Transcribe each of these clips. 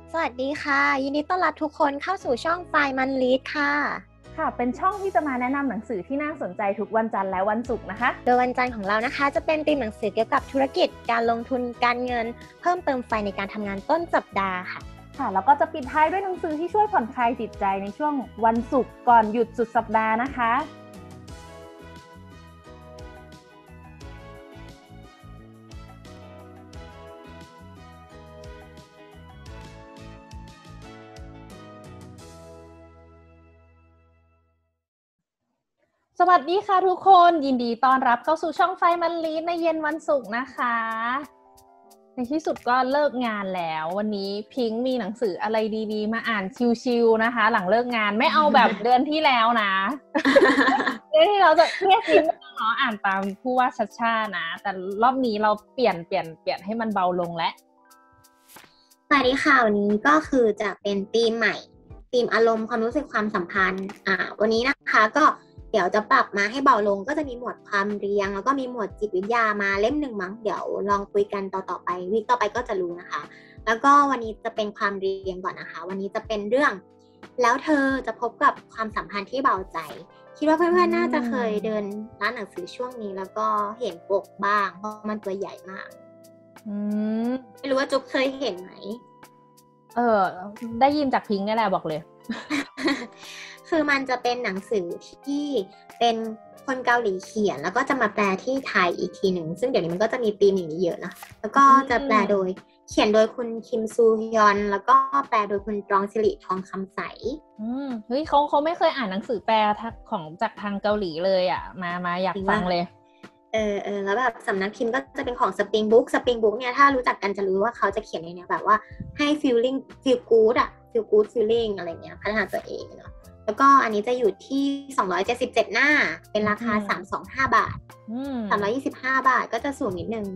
สวัสดีค่ะยินดีต้อนรับทุกคนเข้าสู่ช่องไฟมันลีดค่ะค่ะเป็นช่องที่จะมาแนะนำหนังสือที่น่าสนใจทุกวันจันทร์และวันศุกร์นะคะโดยวันจันทร์ของเรานะคะจะเป็นธีมหนังสือเกี่ยวกับธุรกิจการลงทุนการเงินเพิ่มเติมไฟในการทำงานต้นสัปดาห์ค่ะแล้วก็จะปิดท้ายด้วยหนังสือที่ช่วยผ่อนคลายจิตใจในช่วงวันศุกร์ก่อนหยุดสุดสัปดาห์นะคะสวัสดีค่ะทุกคนยินดีต้อนรับเข้าสู่ช่องไฟมันลีดในเย็นวันศุกร์นะคะในที่สุดก็เลิกงานแล้ววันนี้พิงค์มีหนังสืออะไรดีๆมาอ่านชิลๆนะคะหลังเลิกงานไม่เอาแบบเดือนที่แล้วนะ เดือนที่เราจะเครียดนิดนึงเนาะอ่านตามผู้ว่าชัชชานะแต่รอบนี้เราเปลี่ยนให้มันเบาลงแล้วสวัสดีค่ะวันนี้ก็คือจะเป็นธีมใหม่ธีมอารมณ์ความรู้สึกความสัมพันธ์วันนี้นะคะก็เดี๋ยวจะปรับมาให้เบาลงก็จะมีหมวดความเรียงแล้วก็มีหมวดจิตวิทยามาเล่มหนึ่งมั้งเดี๋ยวลองคุยกันต่อไปวีคต่อไปก็จะรู้นะคะแล้วก็วันนี้จะเป็นความเรียงก่อนนะคะวันนี้จะเป็นเรื่องแล้วเธอจะพบกับความสัมพันธ์ที่เบาใจคิดว่าเพื่อนๆน่าจะเคยเดินร้านหนังสือช่วงนี้แล้วก็เห็นปกบ้างเพราะมันตัวใหญ่มากไม่รู้ว่าจุ๊บเคยเห็นไหมได้ยินจากพิงค์นี่แหละบอกเลยคือมันจะเป็นหนังสือที่เป็นคนเกาหลีเขียนแล้วก็จะมาแปลที่ไทยอีกทีหนึ่งซึ่งเดี๋ยวนี้มันก็จะมีธีมอย่างนี้เยอะนะแล้วก็จะแปลโดยเขียนโดยคุณคิมซูยอนแล้วก็แปลโดยคุณตรองสิริทองคำใสเฮ้ยเขาไม่เคยอ่านหนังสือแปลของจากทางเกาหลีเลยอ่ะมาอยากฟังเลยแล้วแบบสำนักพิมพ์ก็จะเป็นของ Spring Book เนี่ยถ้ารู้จักกันจะรู้ว่าเขาจะเขียนในแนวแบบว่าให้ feel good feel good feeling อะไรเงี้ยพัฒนาตัวเองเนาะแล้วก็อันนี้จะอยู่ที่277หน้าเป็นราคา325 บาท325 บาทก็จะสูงนิดนึง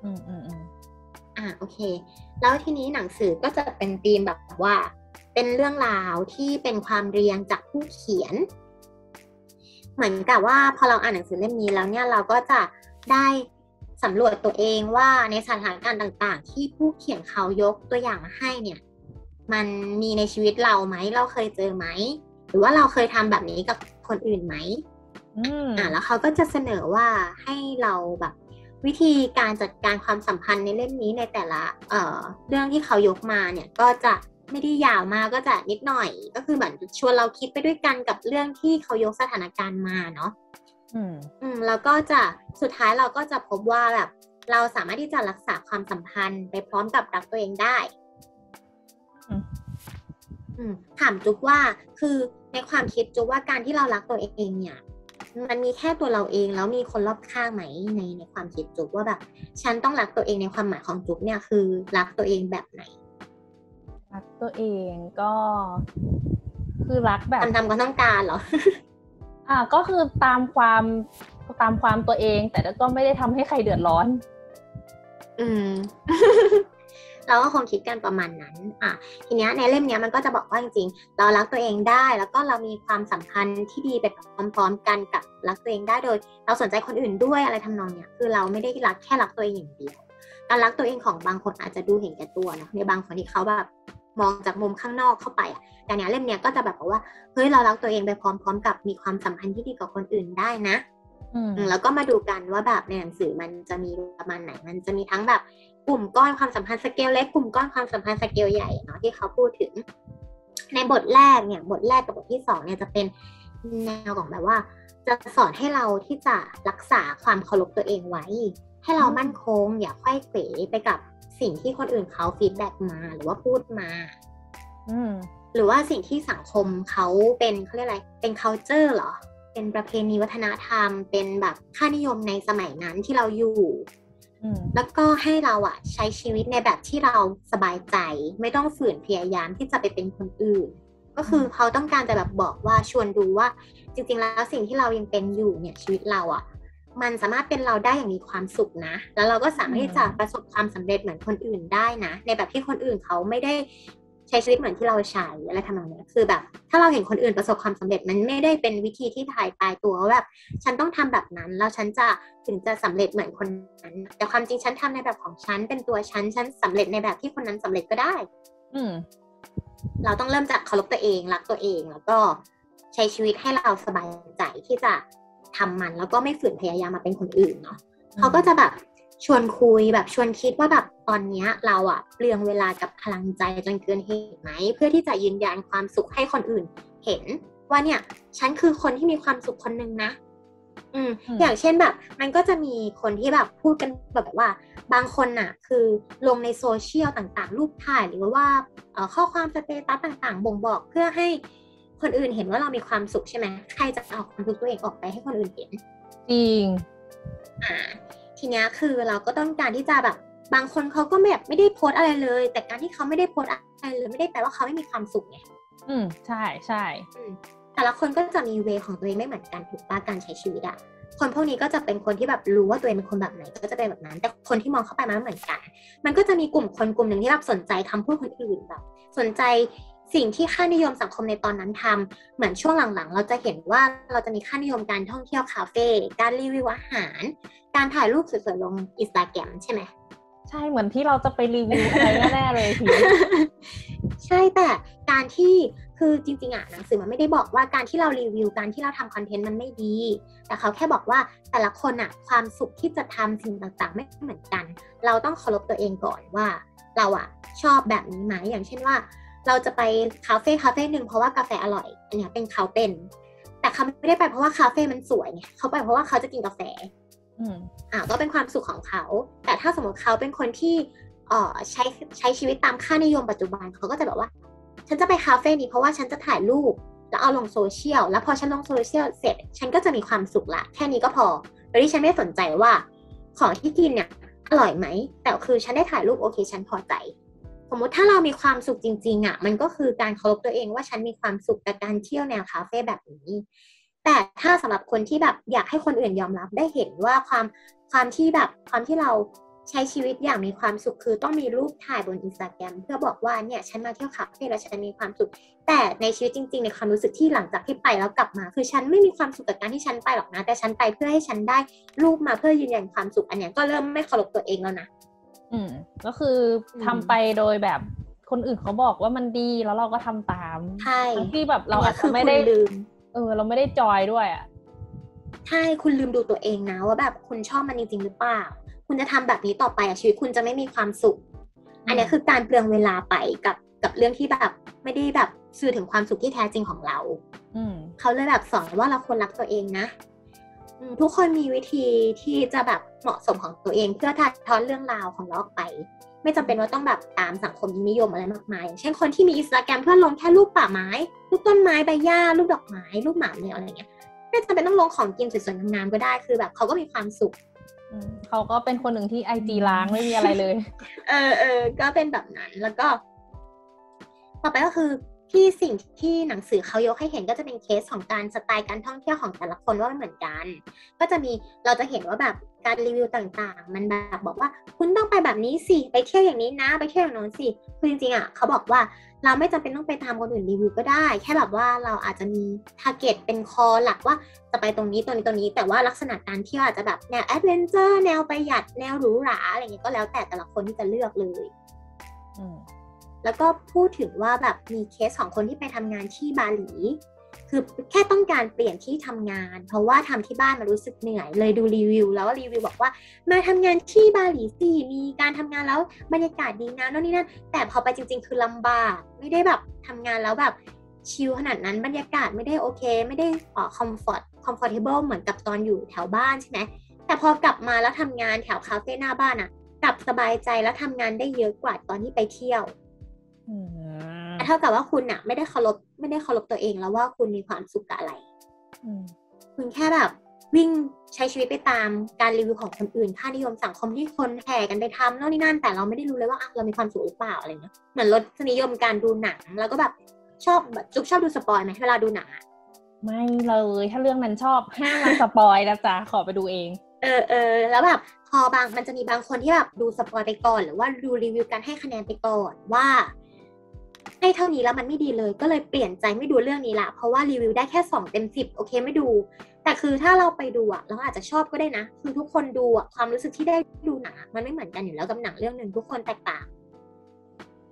โอเคแล้วทีนี้หนังสือก็จะเป็นธีมแบบว่าเป็นเรื่องราวที่เป็นความเรียงจากผู้เขียนเหมือนกับว่าพอเราอ่านหนังสือเล่มนี้แล้วเนี่ยเราก็จะได้สำรวจตัวเองว่าในสถานการณ์ต่างๆที่ผู้เขียนเขายกตัวอย่างมาให้เนี่ยมันมีในชีวิตเราไหมเราเคยเจอไหมหรือว่าเราเคยทำแบบนี้กับคนอื่นไหมแล้วเขาก็จะเสนอว่าให้เราแบบวิธีการจัดการความสัมพันธ์ในเล่มนี้ในแต่ละเรื่องที่เขายกมาเนี่ยก็จะไม่ได้ยาวมากก็จะนิดหน่อยก็คือเหมือนชวนเราคิดไปด้วยกันกับเรื่องที่เขายกสถานการณ์มาเนาะแล้วก็จะสุดท้ายเราก็จะพบว่าแบบเราสามารถที่จะรักษาความสัมพันธ์ไปพร้อมกับรักตัวเองได้ถามจุ๊บว่าคือในความคิดจุ๊บว่าการที่เรารักตัวเองเนี่ยมันมีแค่ตัวเราเองแล้วมีคนรอบข้างไหมในความคิดจุ๊บว่าแบบฉันต้องรักตัวเองในความหมายของจุ๊บเนี่ยคือรักตัวเองแบบไหนรักตัวเองก็คือรักแบบทำก็ต้องการเหรอก็คือตามความตัวเองแต่ก็ไม่ได้ทำให้ใครเดือดร้อนเราก็คงคิดกันประมาณนั้นทีเนี้ยในเล่มเนี้ยมันก็จะบอกว่าจริงๆเรารักตัวเองได้แล้วก็เรามีความสัมพันธ์ที่ดีไปพร้อมๆกันกับรักตัวเองได้โดยเราสนใจคนอื่นด้วยอะไรทำนองเนี้ยคือเราไม่ได้รักแค่รักตัวเองอย่างเดียวการรักตัวเองของบางคนอาจจะดูเห็นแก่ตัวนะในบางคนที่เขาแบบมองจากมุมข้างนอกเข้าไปแต่เนี้ยเล่มเนี้ยก็จะแบบว่าเฮ้ยเรารักตัวเองไปพร้อมๆกับมีความสัมพันธ์ที่ดีกับคนอื่นได้นะแล้วก็มาดูกันว่าแบบในหนังสือมันจะมีประมาณไหนมันจะมีทั้งแบบกลุ่มก้อนความสัมพันธ์สเกลเล็กกลุ่มก้อนความสัมพันธ์สเกลใหญ่เนาะที่เขาพูดถึงในบทแรกกับบทที่2เนี่ยจะเป็นแนวของแบบว่าจะสอนให้เราที่จะรักษาความเคารพตัวเองไว้ให้เรามั่นคงอย่าไขว้เขวไปกับสิ่งที่คนอื่นเขาฟีดแบ็กมาหรือว่าพูดมาหรือว่าสิ่งที่สังคมเขาเป็นเขาเรียกอะไรเป็น culture เหรอเป็นประเพณีวัฒนธรรมเป็นแบบค่านิยมในสมัยนั้นที่เราอยู่แล้วก็ให้เราใช้ชีวิตในแบบที่เราสบายใจไม่ต้องฝืนพยายามที่จะไปเป็นคนอื่นก็คือเขาต้องการจะแบบบอกว่าชวนดูว่าจริงๆแล้วสิ่งที่เรายังเป็นอยู่เนี่ยชีวิตเรามันสามารถเป็นเราได้อย่างมีความสุขนะแล้วเราก็สามารถที่จะประสบความสำเร็จเหมือนคนอื่นได้นะในแบบที่คนอื่นเขาไม่ได้ใช้ชีวิตเหมือนที่เราใช้อะไรทำนองนี้คือแบบถ้าเราเห็นคนอื่นประสบความสำเร็จมันไม่ได้เป็นวิธีที่ถ่ายตายตัวว่าแบบฉันต้องทำแบบนั้นแล้วฉันจะถึงจะสำเร็จเหมือนคนนั้นแต่ความจริงฉันทำในแบบของฉันเป็นตัวฉันสำเร็จในแบบที่คนนั้นสำเร็จก็ได้อืมเราต้องเริ่มจากเคารพตัวเองรักตัวเองแล้วก็ใช้ชีวิตให้เราสบายใจที่จะทำมันแล้วก็ไม่ฝืนพยายามมาเป็นคนอื่นเนาะเขาก็จะแบบชวนคุยแบบชวนคิดว่าแบบตอนนี้เราอะเปลืองเวลากับพลังใจจนเกินเหตุไหมเพื่อที่จะยืนยันความสุขให้คนอื่นเห็นว่าเนี่ยฉันคือคนที่มีความสุขคนนึงนะอย่างเช่นแบบมันก็จะมีคนที่แบบพูดกันแบบว่าบางคนน่ะคือลงในโซเชียลต่างๆรูปถ่ายหรือว่าข้อความสเตตัสต่างๆบ่งบอกเพื่อให้คนอื่นเห็นว่าเรามีความสุขใช่ไหมใครจะเอาความทุกข์ตัวเองออกไปให้คนอื่นเห็นจริงทีเนี้ยคือเราก็ต้องการที่จะแบบบางคนเขาก็แบบไม่ได้โพสอะไรเลยแต่การที่เขาไม่ได้โพสอะไรเลยไม่ได้แปลว่าเขาไม่มีความสุขไงใช่ใช่แต่ละคนก็จะมีเวของตัวเองไม่เหมือนกันถูกป่ะการใช้ชีวิตอะคนพวกนี้ก็จะเป็นคนที่แบบรู้ว่าตัวเองเป็นคนแบบไหนก็จะเป็นแบบนั้นแต่คนที่มองเข้าไปมันไม่เหมือนกันมันก็จะมีกลุ่มคนกลุ่มหนึ่งที่แบบสนใจคำพูดคนอื่นแบบสนใจสิ่งที่ค่านิยมสังคมในตอนนั้นทำเหมือนช่วงหลังๆเราจะเห็นว่าเราจะมีค่านิยมการท่องเที่ยวคาเฟ่การรีวิวอาหารการถ่ายรูปสวยๆลง Instagram ใช่ไหมใช่เหมือนที่เราจะไปรีวิวอะไรแน่ๆเลยทีใช่แต่การที่คือจริงๆหนังสือมันไม่ได้บอกว่าการที่เรารีวิวการที่เราทำคอนเทนต์มันไม่ดีแต่เขาแค่บอกว่าแต่ละคนความสุขที่จะทำสิ่งต่างๆไม่เหมือนกันเราต้องเคารพตัวเองก่อนว่าเราชอบแบบนี้ไหมอย่างเช่นว่าเราจะไปคาเฟ่หนึ่งเพราะว่ากาแฟอร่อยอันนี้เป็นเขาเป็นแต่เขาไม่ได้ไปเพราะว่าคาเฟ่มันสวยไงเขาไปเพราะว่าเขาจะกินกาแฟก็เป็นความสุขของเขาแต่ถ้าสมมติเขาเป็นคนที่ใช้ชีวิตตามค่านิยมปัจจุบันเขาก็จะแบบว่าฉันจะไปคาเฟ่นี้เพราะว่าฉันจะถ่ายรูปแล้วเอาลงโซเชียลแล้วพอฉันลงโซเชียลเสร็จฉันก็จะมีความสุขละแค่นี้ก็พอโดยที่ฉันไม่สนใจว่าของที่กินเนี่ยอร่อยไหมแต่คือฉันได้ถ่ายรูปโอเคฉันพอใจสมมติถ้าเรามีความสุขจริงๆมันก็คือการเคารพตัวเองว่าฉันมีความสุขกับการเที่ยวแนวคาเฟ่แบบนี้แต่ถ้าสำหรับคนที่แบบอยากให้คนอื่นยอมรับได้เห็นว่าความที่เราใช้ชีวิตอย่างมีความสุขคือต้องมีรูปถ่ายบน Instagram เพื่อบอกว่าเนี่ยฉันมาเที่ยวคาเฟ่แล้วฉันมีความสุขแต่ในชีวิตจริงๆในความรู้สึกที่หลังจากที่ไปแล้วกลับมาคือฉันไม่มีความสุขกับการที่ฉันไปหรอกนะแต่ฉันไปเพื่อให้ฉันได้รูปมาเพื่อยืนยันความสุขอันนี้ก็เริ่มไม่เคารพตัวเองแล้วนะก็คือทำไปโดยแบบคนอื่นเขาบอกว่ามันดีแล้วเราก็ทำตามใช่ที่แบบเราอาจจะไม่ได้ลืมเราไม่ได้จอยด้วยใช่คุณลืมดูตัวเองนะว่าแบบคุณชอบมันจริงๆหรือเปล่าคุณจะทำแบบนี้ต่อไปชีวิตคุณจะไม่มีความสุขอันนี้คือการเปลืองเวลาไปกับเรื่องที่แบบไม่ได้แบบสื่อถึงความสุขที่แท้จริงของเราเขาเลยแบบสอนว่าเราควรรักตัวเองนะทุกคนมีวิธีที่จะแบบเหมาะสมของตัวเองเพื่อถ่ายทอดเรื่องราวของเราออกไปไม่จำเป็นว่าต้องแบบตามสังคมนิยมอะไรมากมายอย่างเช่นคนที่มีอินสตาแกรมเพื่อลงแค่รูปป่าไม้รูปต้นไม้ใบหญ้ารูปดอกไม้รูปหมาแมวอะไรเงี้ยไม่จำเป็นต้องลงของกินสวยๆงามๆก็ได้คือแบบเขาก็มีความสุขเขาก็เป็นคนหนึ่งที่IGล้างไม่มีอะไรเลยก็เป็นแบบนั้นแล้วก็ต่อไปก็คือที่สิ่งที่หนังสือเขายกให้เห็นก็จะเป็นเคสของการสไตล์การท่องเที่ยวของแต่ละคนว่าไม่เหมือนกันก็จะมีเราจะเห็นว่าแบบการรีวิวต่างๆมันแบบบอกว่าคุณต้องไปแบบนี้สิไปเที่ยวอย่างนี้นะไปเที่ยวอย่างโน้นสิคือจริงๆเขาบอกว่าเราไม่จำเป็นต้องไปตามคนอื่นรีวิวก็ได้แค่แบบว่าเราอาจจะมีทาร์เก็ตเป็นคอหลักว่าจะไปตรงนี้แต่ว่าลักษณะการเที่ยวอาจจะแบบแนวแอดเวนเจอร์แนวประหยัดแนวหรูหราอะไรเงี้ยก็แล้วแต่ละคนที่จะเลือกเลยแล้วก็พูดถึงว่าแบบมีเคสของคนที่ไปทำงานที่บาหลีคือแค่ต้องการเปลี่ยนที่ทำงานเพราะว่าทำที่บ้านมันรู้สึกเหนื่อยเลยดูรีวิวแล้วรีวิวบอกว่ามาทำงานที่บาหลีสิมีการทำงานแล้วบรรยากาศดีนะโน่นนี่นั่นแต่พอไปจริงๆคือลำบากไม่ได้แบบทำงานแล้วแบบชิลขนาดนั้นบรรยากาศไม่ได้โอเคไม่ได้comfortable เหมือนกับตอนอยู่แถวบ้านใช่ไหมแต่พอกลับมาแล้วทำงานแถวคาเฟ่หน้าบ้านกลับสบายใจแล้วทำงานได้เยอะกว่าตอนที่ไปเที่ยวเท่ากับว่าคุณไม่ได้เคารพตัวเองแล้วว่าคุณมีความสุขกับอะไรคุณแค่แบบวิ่งใช้ชีวิตไปตามการรีวิวของคนอื่นค่านิยมสังคมที่คนแห่กันไปทำโน่นนี่นั่นแต่เราไม่ได้รู้เลยว่าเรามีความสุขหรือเปล่าอะไรเงี้ยเหมือนรสนิยมการดูหนังแล้วก็แบบชอบแบบจุ๊บชอบดูสปอยไหมเวลาดูหนังไม่เลยถ้าเรื่องนั้นชอบห้ามมาสปอยนะจ๊ะขอไปดูเองแล้วแบบพอบางมันจะมีบางคนที่แบบดูสปอยไปก่อนหรือว่าดูรีวิวการให้คะแนนไปก่อนว่าให้เท่านี้แล้วมันไม่ดีเลยก็เลยเปลี่ยนใจไม่ดูเรื่องนี้ละเพราะว่ารีวิวได้แค่2 เต็ม 10โอเคไม่ดูแต่คือถ้าเราไปดูเราอาจจะชอบก็ได้นะคือทุกคนดูความรู้สึกที่ได้ดูหนังมันไม่เหมือนกันอยู่แล้วกับหนังเรื่องนึงทุกคนแตกต่าง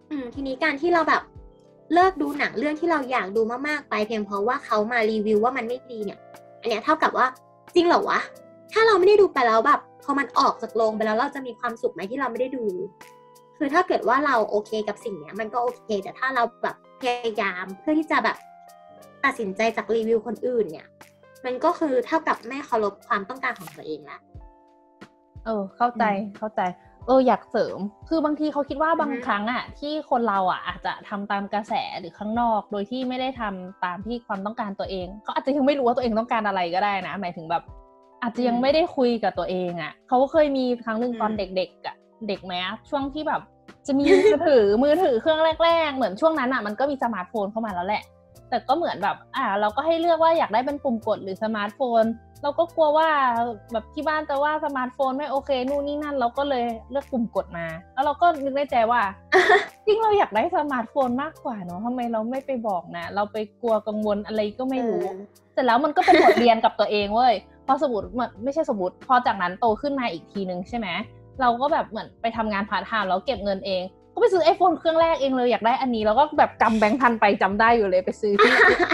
ทีนี้การที่เราแบบเลิกดูหนังเรื่องที่เราอยากดูมากๆไปเพียงเพราะว่าเขามารีวิวว่ามันไม่ดีเนี่ยอันเนี้ยเท่ากับว่าจริงเหรอวะถ้าเราไม่ได้ดูไปแล้วแบบพอมันออกจากโรงไปแล้วเราจะมีความสุขไหมที่เราไม่ได้ดูคือถ้าเกิดว่าเราโอเคกับสิ่งเนี้ยมันก็โอเคแต่ถ้าเราแบบพยายามเพื่อที่จะแบบตัดสินใจจากรีวิวคนอื่นเนี่ยมันก็คือเท่ากับไม่เคารพความต้องการของตัวเองละเข้าใจอยากเสริมคือบางทีเขาคิดว่าบางครั้งอ่ะที่คนเราอ่ะอาจจะทำตามกระแสหรือข้างนอกโดยที่ไม่ได้ทำตามที่ความต้องการตัวเองเขาอาจจะยังไม่รู้ว่าตัวเองต้องการอะไรก็ได้นะหมายถึงแบบอาจจะยังไม่ได้คุยกับตัวเองอ่ะเขาเคยมีครั้งหนึ่งตอนเด็กๆอ่ะเด็กไหมช่วงที่แบบจะมีมือถือเครื่องแรกๆเหมือนช่วงนั้นอ่ะมันก็มีสมาร์ทโฟนเข้ามาแล้วแหละแต่ก็เหมือนแบบเราก็ให้เลือกว่าอยากได้เป็นปุ่มกดหรือสมาร์ทโฟนเราก็กลัวว่าแบบที่บ้านจะว่าสมาร์ทโฟนไม่โอเคนู่นนี่นั่นเราก็เลยเลือกปุ่มกดมาแล้วเราก็นึกในใจว่า จริงเราอยากได้สมาร์ทโฟนมากกว่าเนาะทำไมเราไม่ไปบอกนะเราไปกลัวกังวลอะไรก็ไม่รู้เสร็จแล้วมันก็เป็นบทเรียนกับตัวเองเว้ยพอสมมติไม่ใช่สมมติพอจากนั้นโตขึ้นมาอีกทีนึงใช่ไหมเราก็แบบเหมือนไปทำงานพาร์ทไทม์แล้วเก็บเงินเองก็ไปซื้อ iPhone เครื่องแรกเองเลยอยากได้อันนี้แล้วก็แบบกำแบงค์พันไปจำได้อยู่เลยไปซื้อที่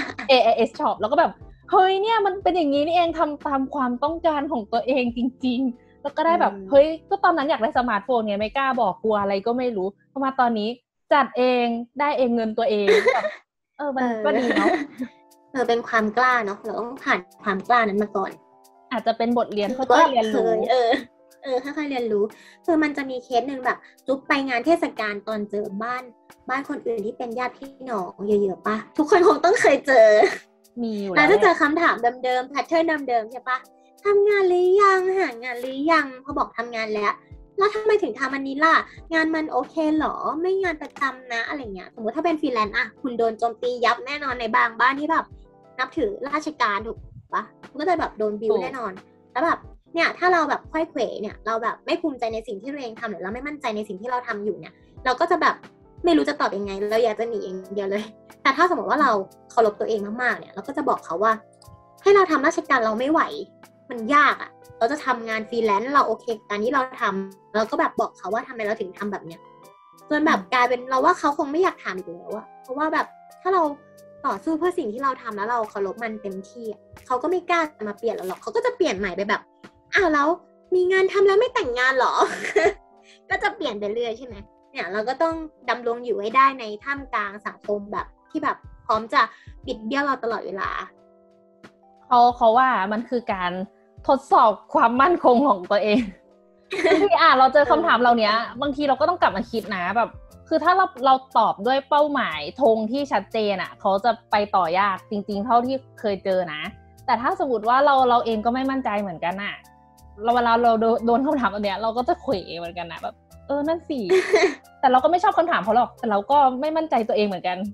AIS Shop แล้วก็แบบเฮ้ยเนี่ยมันเป็นอย่างนี้นี่เองทำตามความต้องการของตัวเองจริงๆแล้วก็ได้แบบเฮ้ยก็ตอนนั้นอยากได้สมาร์ทโฟนไงไม่กล้าบอกกลัวอะไรก็ไม่รู้พอมาตอนนี้จัดเองได้เองเงินตัวเองแบบมันก็ดีเนาะเป็นความกล้าเนาะเราต้องผ่านความกล้านั้นมาก่อนอาจจะเป็นบทเรียนค่อยๆเรียนรู้ค่อยๆเรียนรู้คือมันจะมีเคสนึงแบบจุ๊บไปงานเทศกาลตอนเจอบ้านคนอื่นที่เป็นญาติพี่น้องเยอะๆป่ะทุกคนคงต้องเคยเจอมีอยู่แล้วจะเจอคำถามเดิมๆแพทเทิร์นเดิมๆใช่ป่ะทำงานหรือยังหางานหรือยังพอบอกทำงานแล้วทำไมถึงทำอันนี้ล่ะงานมันโอเคเหรอไม่งานประจำนะอะไรเงี้ยสมมติถ้าเป็นฟรีแลนซ์คุณโดนโจมตียับแน่นอนในบางบ้านที่แบบนับถือราชการถูกปะก็จะแบบโดนบิวแน่นอนแล้วแบบเนี่ยถ้าเราแบบค่อยเขวเนี่ยเราแบบไม่ภูมิใจในสิ่งที่ตัวเองทำหรือเราไม่มั่นใจในสิ่งที่เราทำอยู่เนี่ยเราก็จะแบบไม่รู้จะตอบยังไงเราอยากจะหนีเองเดียวเลยแต่ถ้าสมมติว่าเราเคารพตัวเองมากๆเนี่ยเราก็จะบอกเขาว่าให้เราทำราชการเราไม่ไหวมันยากเราจะทำงานฟรีแลนซ์เราโอเคการที่เราทำเราก็แบบบอกเขาว่าทำไมเราถึงทำแบบเนี้ยจนแบบกลายเป็นเราว่าเขาคงไม่อยากทำอีกแล้วเพราะว่าแบบถ้าเราต่อสู้เพื่อสิ่งที่เราทำแล้วเราเคารพมันเต็มที่เขาก็ไม่กล้ามาเปลี่ยนเราหรอกเขาก็จะเปลี่ยนใหม่ไปแบบแล้วมีงานทำแล้วไม่แต่งงานหรอ ก็จะเปลี่ยนไปเรื่อยใช่ไหมเนี่ยเราก็ต้องดำรงอยู่ให้ได้ในท่ามกลางสังคมแบบที่แบบพร้อมจะบิดเบี้ยวเราตลอดเวลาเขาว่ามันคือการทดสอบความมั่นคงของตัวเองที่เราเจอคำถามเราเนี้ยบางทีเราก็ต้องกลับมาคิดนะแบบคือถ้าเราตอบด้วยเป้าหมายธงที่ชัดเจนเขาจะไปต่อยากจริงๆเท่าที่เคยเจอนะแต่ถ้าสมมติว่าเราเองก็ไม่มั่นใจเหมือนกันเวลาเราโดนคำถามอันเนี้ยเราก็จะเขวเหมือนกันนะแบบนั่นสิ แต่เราก็ไม่ชอบคำถามเขาหรอกแต่เราก็ไม่มั่นใจตัวเองเหมือนกัน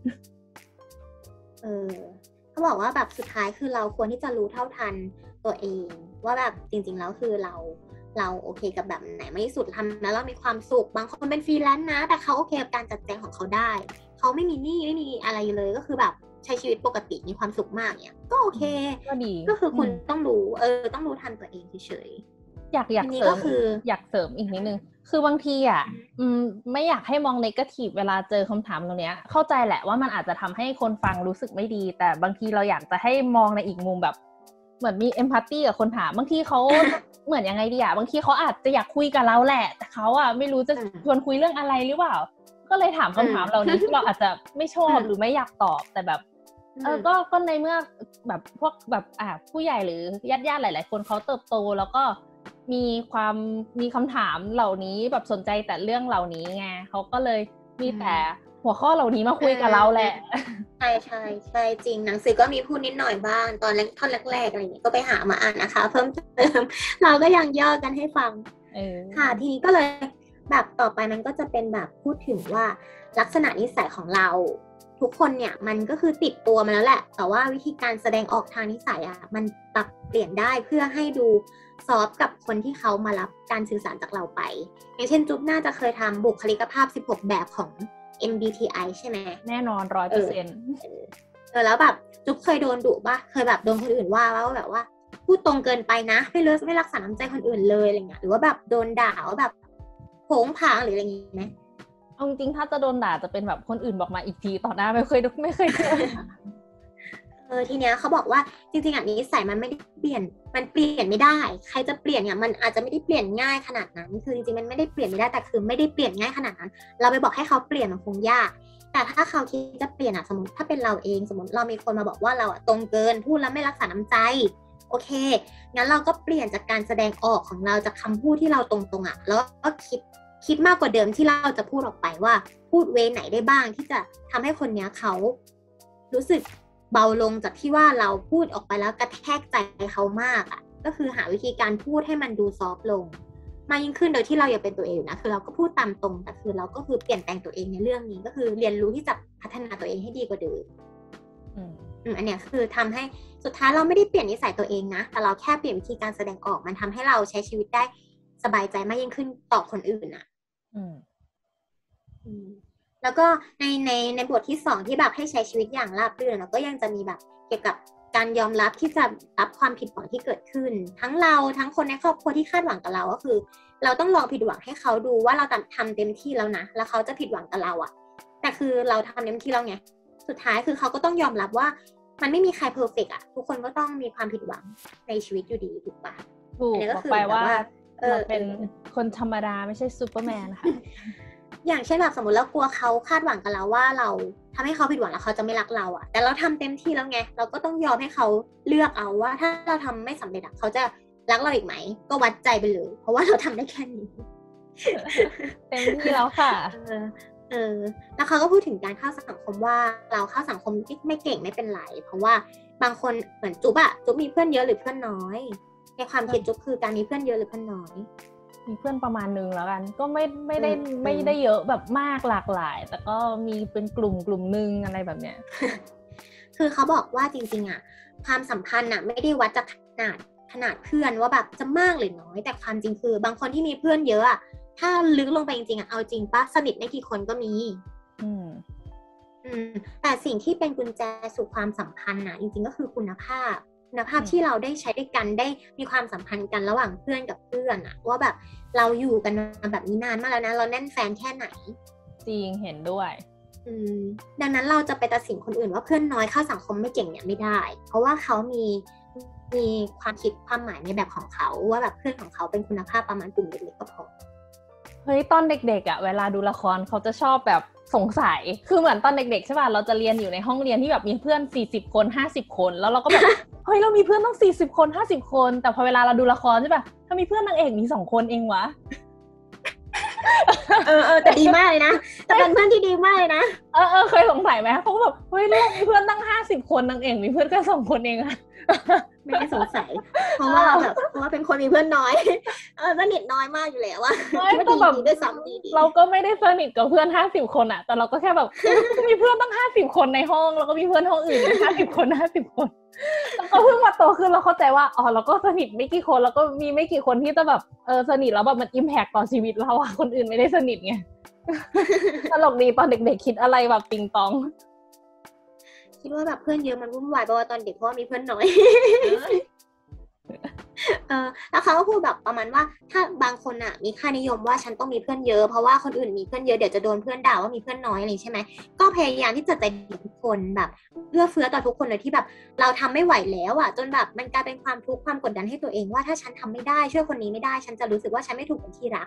เขาบอกว่าแบบสุดท้ายคือเราควรที่จะรู้เท่าทันตัวเองว่าแบบจริงๆแล้วคือเราโอเคกับแบบไหนไม่สุดทำแล้วเรามีความสุขบางคนเป็นฟรีแลนซ์นะแต่เขาโอเคกับการจัดแจงของเขาได้เขาไม่มีหนี้ไม่มีอะไรเลยก็คือแบบใช้ชีวิตปกติมีความสุขมากเนี่ยก็โอเคก็ดีก็คือคุณต้องรู้ต้องรู้ทันตัวเองเฉยๆอยากเสริมอยากเสริมอีกนิดนึงคือบางทีไม่อยากให้มองเนกาทีฟเวลาเจอคำถามตรงเนี้ยเข้าใจแหละว่ามันอาจจะทำให้คนฟังรู้สึกไม่ดีแต่บางทีเราอยากจะให้มองในอีกมุมแบบเหมือนมีเอมพัตตี้กับคนถามบางทีเขา เหมือนยังไงดีบางทีเขาอาจจะอยากคุยกับเราแหละแต่เขาไม่รู้จะชวนคุยเรื่องอะไรหรือเปล่าก็เลยถามคำถามเหล่านี้ที่เราอาจจะไม่ชอบหรือไม่อยากตอบแต่แบบก็ในเมื่อแบบพวกแบบผู้ใหญ่หรือญาติหลายๆคนเขาเติบโตแล้วก็มีคำถามเหล่านี้แบบสนใจแต่เรื่องเหล่านี้ไงเขาก็เลยมีแต่หัวข้อเหล่านี้มาคุยกับเราแหละใช่จริงหนังสือก็มีพูดนิดหน่อยบ้างตอนท่อนแรกๆอะไรอย่างเงี้ยก็ไปหามาอ่านนะคะเพิ่มเติมเราก็ยังย่อกันให้ฟังค่ะทีนี้ก็เลยแบบต่อไปมันก็จะเป็นแบบพูดถึงว่าลักษณะนิสัยของเราทุกคนเนี่ยมันก็คือติดตัวมาแล้วแหละแต่ว่าวิธีการแสดงออกทางนิสัยมันปรับเปลี่ยนได้เพื่อให้ดูซอฟต์กับคนที่เขามารับการสื่อสารจากเราไปอย่างเช่นจุ๊บน่าจะเคยทำบุคลิกภาพ16แบบของ MBTI ใช่ไหมแน่นอน 100% แล้วแบบจุ๊บเคยโดนดุป่ะเคยแบบโดนคนอื่นว่าแบบว่าพูดตรงเกินไปนะไม่รักษาน้ำใจคนอื่นเลยอะไรเงี้ยหรือว่าแบบโดนด่าว่าแบบโผงผางหรืออะไรอย่างงี้ไหมเอาจริงๆถ้าจะโดนด่าจะเป็นแบบคนอื่นบอกมาอีกทีต่อหน้าไม่เคยเจอทีเนี้ยเขาบอกว่าจริงๆนิสัยมันไม่ได้เปลี่ยนมันเปลี่ยนไม่ได้ใครจะเปลี่ยนเนี่ยมันอาจจะไม่ได้เปลี่ยนง่ายขนาดนั้นคือจริงๆมันไม่ได้เปลี่ยนไม่ได้แต่คือไม่ได้เปลี่ยนง่ายขนาดนั้นเราไปบอกให้เขาเปลี่ยนมันคงยากแต่ถ้าเขาคิดจะเปลี่ยนสมมติถ้าเป็นเราเองสมมติเรามีคนมาบอกว่าเราตรงเกินพูดแล้วไม่รักษาน้ำใจโอเคงั้นเราก็เปลี่ยนจากการแสดงออกของเราจากคำพูดที่เราตรงๆแล้วก็คิดมากกว่าเดิมที่เราจะพูดออกไปว่าพูดเวไหนได้บ้างที่จะทำให้คนเนี้ยเขารู้สึกเบาลงจากที่ว่าเราพูดออกไปแล้วกระแทกใจเขามากก็คือหาวิธีการพูดให้มันดูซอฟต์ลงมากยิ่งขึ้นโดยที่เราอย่าเป็นตัวเองนะคือเราก็พูดตามตรงแต่คือเราก็คือเปลี่ยนแปลงตัวเองในเรื่องนี้ก็คือเรียนรู้ที่จะพัฒนาตัวเองให้ดีกว่าเดิมอันเนี้ยคือทำให้สุดท้ายเราไม่ได้เปลี่ยนนิสัยตัวเองนะแต่เราแค่เปลี่ยนวิธีการแสดงออกมันทำให้เราใช้ชีวิตได้สบายใจมากยิ่งขึ้นต่อคนอื่นแล้วก็ในบทที่2ที่แบบให้ใช้ชีวิตอย่างราบรื่นแล้วก็ยังจะมีแบบเกี่ยวกับการยอมรับที่จะรับความผิดหวังที่เกิดขึ้นทั้งเราทั้งคนในครอบครัวที่คาดหวังกับเราก็คือเราต้องลองผิดหวังให้เขาดูว่าเราทำเต็มที่แล้วนะแล้วเขาจะผิดหวังกับเราแต่คือเราทำเต็มที่แล้วไงสุดท้ายคือเขาก็ต้องยอมรับว่ามันไม่มีใครเพอร์เฟกต์ทุกคนก็ต้องมีความผิดหวังในชีวิตอยู่ดีถูกปะถูกบอกไปว่าเราเป็นคนธรรมดาไม่ใช่ซูเปอร์แมนค่ะอย่างเช่นแบบสมมติเรากลัวเขาคาดหวังกับเราว่าเราทำให้เขาผิดหวังแล้วเขาจะไม่รักเราแต่เราทำเต็มที่แล้วไงเราก็ต้องยอมให้เขาเลือกเอาว่าถ้าเราทำไม่สำเร็จเขาจะรักเราอีกไหมก็วัดใจไปเลยเพราะว่าเราทำได้แค่นี้เต็มที่แล้วค่ะแล้วเขาก็พูดถึงการเข้าสังคมว่าเราเข้าสังคมไม่เก่งไม่เป็นไรเพราะว่าบางคนเหมือนจุ๊บมีเพื่อนเยอะหรือเพื่อนน้อยในความคิดจุ๊บคือการมีเพื่อนเยอะหรือเพื่อนน้อยมีเพื่อนประมาณนึงแล้วกันก็ไม่ได้เยอะแบบมากหลากหลายแต่ก็มีเป็นกลุ่มนึงอะไรแบบเนี้ยคือเขาบอกว่าจริงๆความสัมพันธ์ไม่ได้วัดจากขนาดเพื่อนว่าแบบจะมากหรือน้อยแต่ความจริงคือบางคนที่มีเพื่อนเยอะถ้าลึกลงไปจริงๆเอาจริงปะสนิทไม่กี่คนก็มีแต่สิ่งที่เป็นกุญแจสู่ความสัมพันธ์จริงๆก็คือคุณภาพที่เราได้ใช้ด้วยกันได้มีความสัมพันธ์กันระหว่างเพื่อนกับเพื่อนว่าแบบเราอยู่กันมาแบบนี้นานมากแล้วนะเราแน่นแฟนแค่ไหนจริงเห็นด้วยดังนั้นเราจะไปตัดสินคนอื่นว่าเพื่อนน้อยเข้าสังคมไม่เก่งเนี่ยไม่ได้เพราะว่าเขามีความคิดความหมายในแบบของเขาว่าแบบเพื่อนของเขาเป็นคุณภาพประมาณกลุ่มเล็กๆก็พอเฮ้ยตอนเด็กๆเวลาดูละครเขาจะชอบแบบสงสัยคือเหมือนตอนเด็กๆใช่ป่ะเราจะเรียนอยู่ในห้องเรียนที่แบบมีเพื่อน40คน50คนแล้วเราก็แบบเฮ้ยเรามีเพื่อนต้อง40คน50คนแต่พอเวลาเราดูละครใช่ป่ะถ้ามีเพื่อนนางเอกมี2คนเองวะแต่ดีมากเลยนะแต่เป็นเพื่อนที่ดีมากเลยนะเคยสงสัยไหมเขาแบบเฮ้ยเรามีเพื่อนตั้ง50คนนางเอกมีเพื่อนแค่2คนเองไม่ได้สงสัยเพราะว่าเป็นคนมีเพื่อนน้อยสนิทน้อยมากอยู่แล้วไม่ต้องแบบด้วยซ้ำเราก็ไม่ได้สนิทกับเพื่อน50คนแต่เราก็แค่แบบมีเพื่อนตั้ง50คนในห้องแล้วก็มีเพื่อนห้องอื่น50คน50คนแล้วก็เพิ่งมาโตขึ้นเราเข้าใจว่าเราก็สนิทไม่กี่คนแล้วก็มีไม่กี่คนที่จะแบบสนิทแล้วแบบมันอิมแพคต่อชีวิตเราคนอื่นไม่ได้สนิทไงตลกดีตอนเด็กๆคิดอะไรแบบติงตองคิดว่าแบบเพื่อนเยอะมันวุ่นวายเพราะว่าตอนเด็กเพราะว่ามีเพื่อนน้อยแล้วเขาก็พูดแบบประมาณว่าถ้าบางคนมีค่านิยมว่าฉันต้องมีเพื่อนเยอะเพราะว่าคนอื่นมีเพื่อนเยอะเดี๋ยวจะโดนเพื่อนด่าว่ามีเพื่อนน้อยอะไรใช่ไหมก็พยายามที่จะใจดีทุกคนแบบเอื้อเฟื้อต่อทุกคนเลยที่แบบเราทำไม่ไหวแล้วจนแบบมันกลายเป็นความทุกข์ความกดดันให้ตัวเองว่าถ้าฉันทำไม่ได้ช่วยคนนี้ไม่ได้ฉันจะรู้สึกว่าฉันไม่ถูกเป็นที่รัก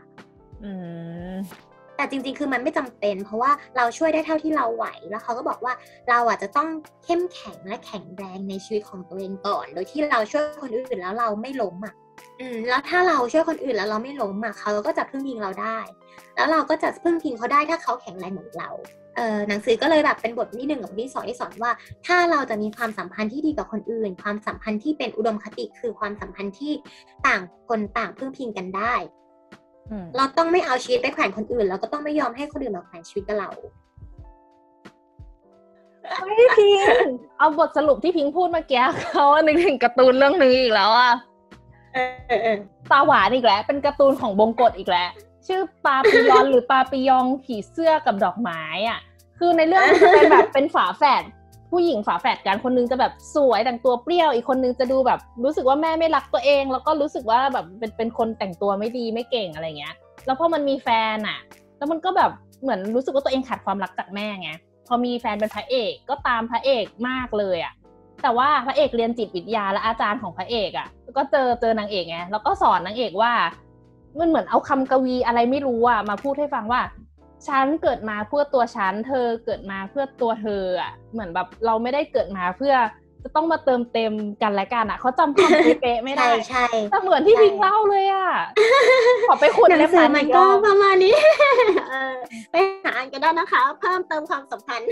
แต่จริงๆคือมันไม่จำเป็นเพราะว่าเราช่วยได้เท่าที่เราไหวแล้วเขาก็บอกว่าเราจะต้องเข้มแข็งและแข็งแรงในชีวิตของตัวเองก่อนโดยที่เราช่วยคนอื่นแล้วเราไม่ล้มแล้วถ้าเราช่วยคนอื่นแล้วเราไม่ล้มเขาก็จะพึ่งพิงเราได้แล้วเราก็จะพึ่งพิงเขาได้ถ้าเขาแข็งแรงเหมือนเราหนังสือก็เลยแบบเป็นบทที่1กับบทที่2ที่สอนว่าถ้าเราจะมีความสัมพันธ์ที่ดีกับคนอื่นความสัมพันธ์ที่เป็นอุดมคติคือความสัมพันธ์ที่ต่างคนต่างพึ่งพิงกันได้เราต้องไม่เอาชีวิตไปแขวนคนอื่นแล้วก็ต้องไม่ยอมให้คนอื่นมาแขวนชีวิตกับเราไม่พิงเอาบทสรุปที่พิงพูดเมื่อกี้เขานึกถึงการ์ตูนเรื่องนึงอีกแล้วตาหวานอีกแล้วเป็นการ์ตูนของบงกฎอีกแล้วชื่อปาปิยอนหรือปาปิยองผีเสื้อกับดอกไม้คือในเรื่องมันจะเป็นแบบเป็นฝาแฝดผู้หญิงฝาแฝดกันคนนึงจะแบบสวยแต่งตัวเปรี้ยวอีกคนนึงจะดูแบบรู้สึกว่าแม่ไม่รักตัวเองแล้วก็รู้สึกว่าแบบเป็นคนแต่งตัวไม่ดีไม่เก่งอะไรเงี้ยแล้วพอมันมีแฟนแล้วมันก็แบบเหมือนรู้สึกว่าตัวเองขาดความรักจากแม่ไงพอมีแฟนเป็นพระเอกก็ตามพระเอกมากเลยอ่ะแต่ว่าพระเอกเรียนจิตวิทยาและอาจารย์ของพระเอกอ่ะก็เจอนางเอกไงแล้วก็สอนนางเอกว่ามันเหมือนเอาคำกวีอะไรไม่รู้อ่ะมาพูดให้ฟังว่าฉันเกิดมาเพื่อตัวฉันเธอเกิดมาเพื่อตัวเธออ่ะเหมือนแบบเราไม่ได้เกิดมาเพื่อจะต้องมาเติมเต็มกันและกันอ่ะเขาจำคำเป๊ะไม่ได้ใช่แต่เหมือนที่พิงเล่าเลยอ่ะขอไปขุดหนังสือมันก็ประมาณนี้ไปหาอ่านกันได้นะคะเพิ่มเติมความสัมพันธ์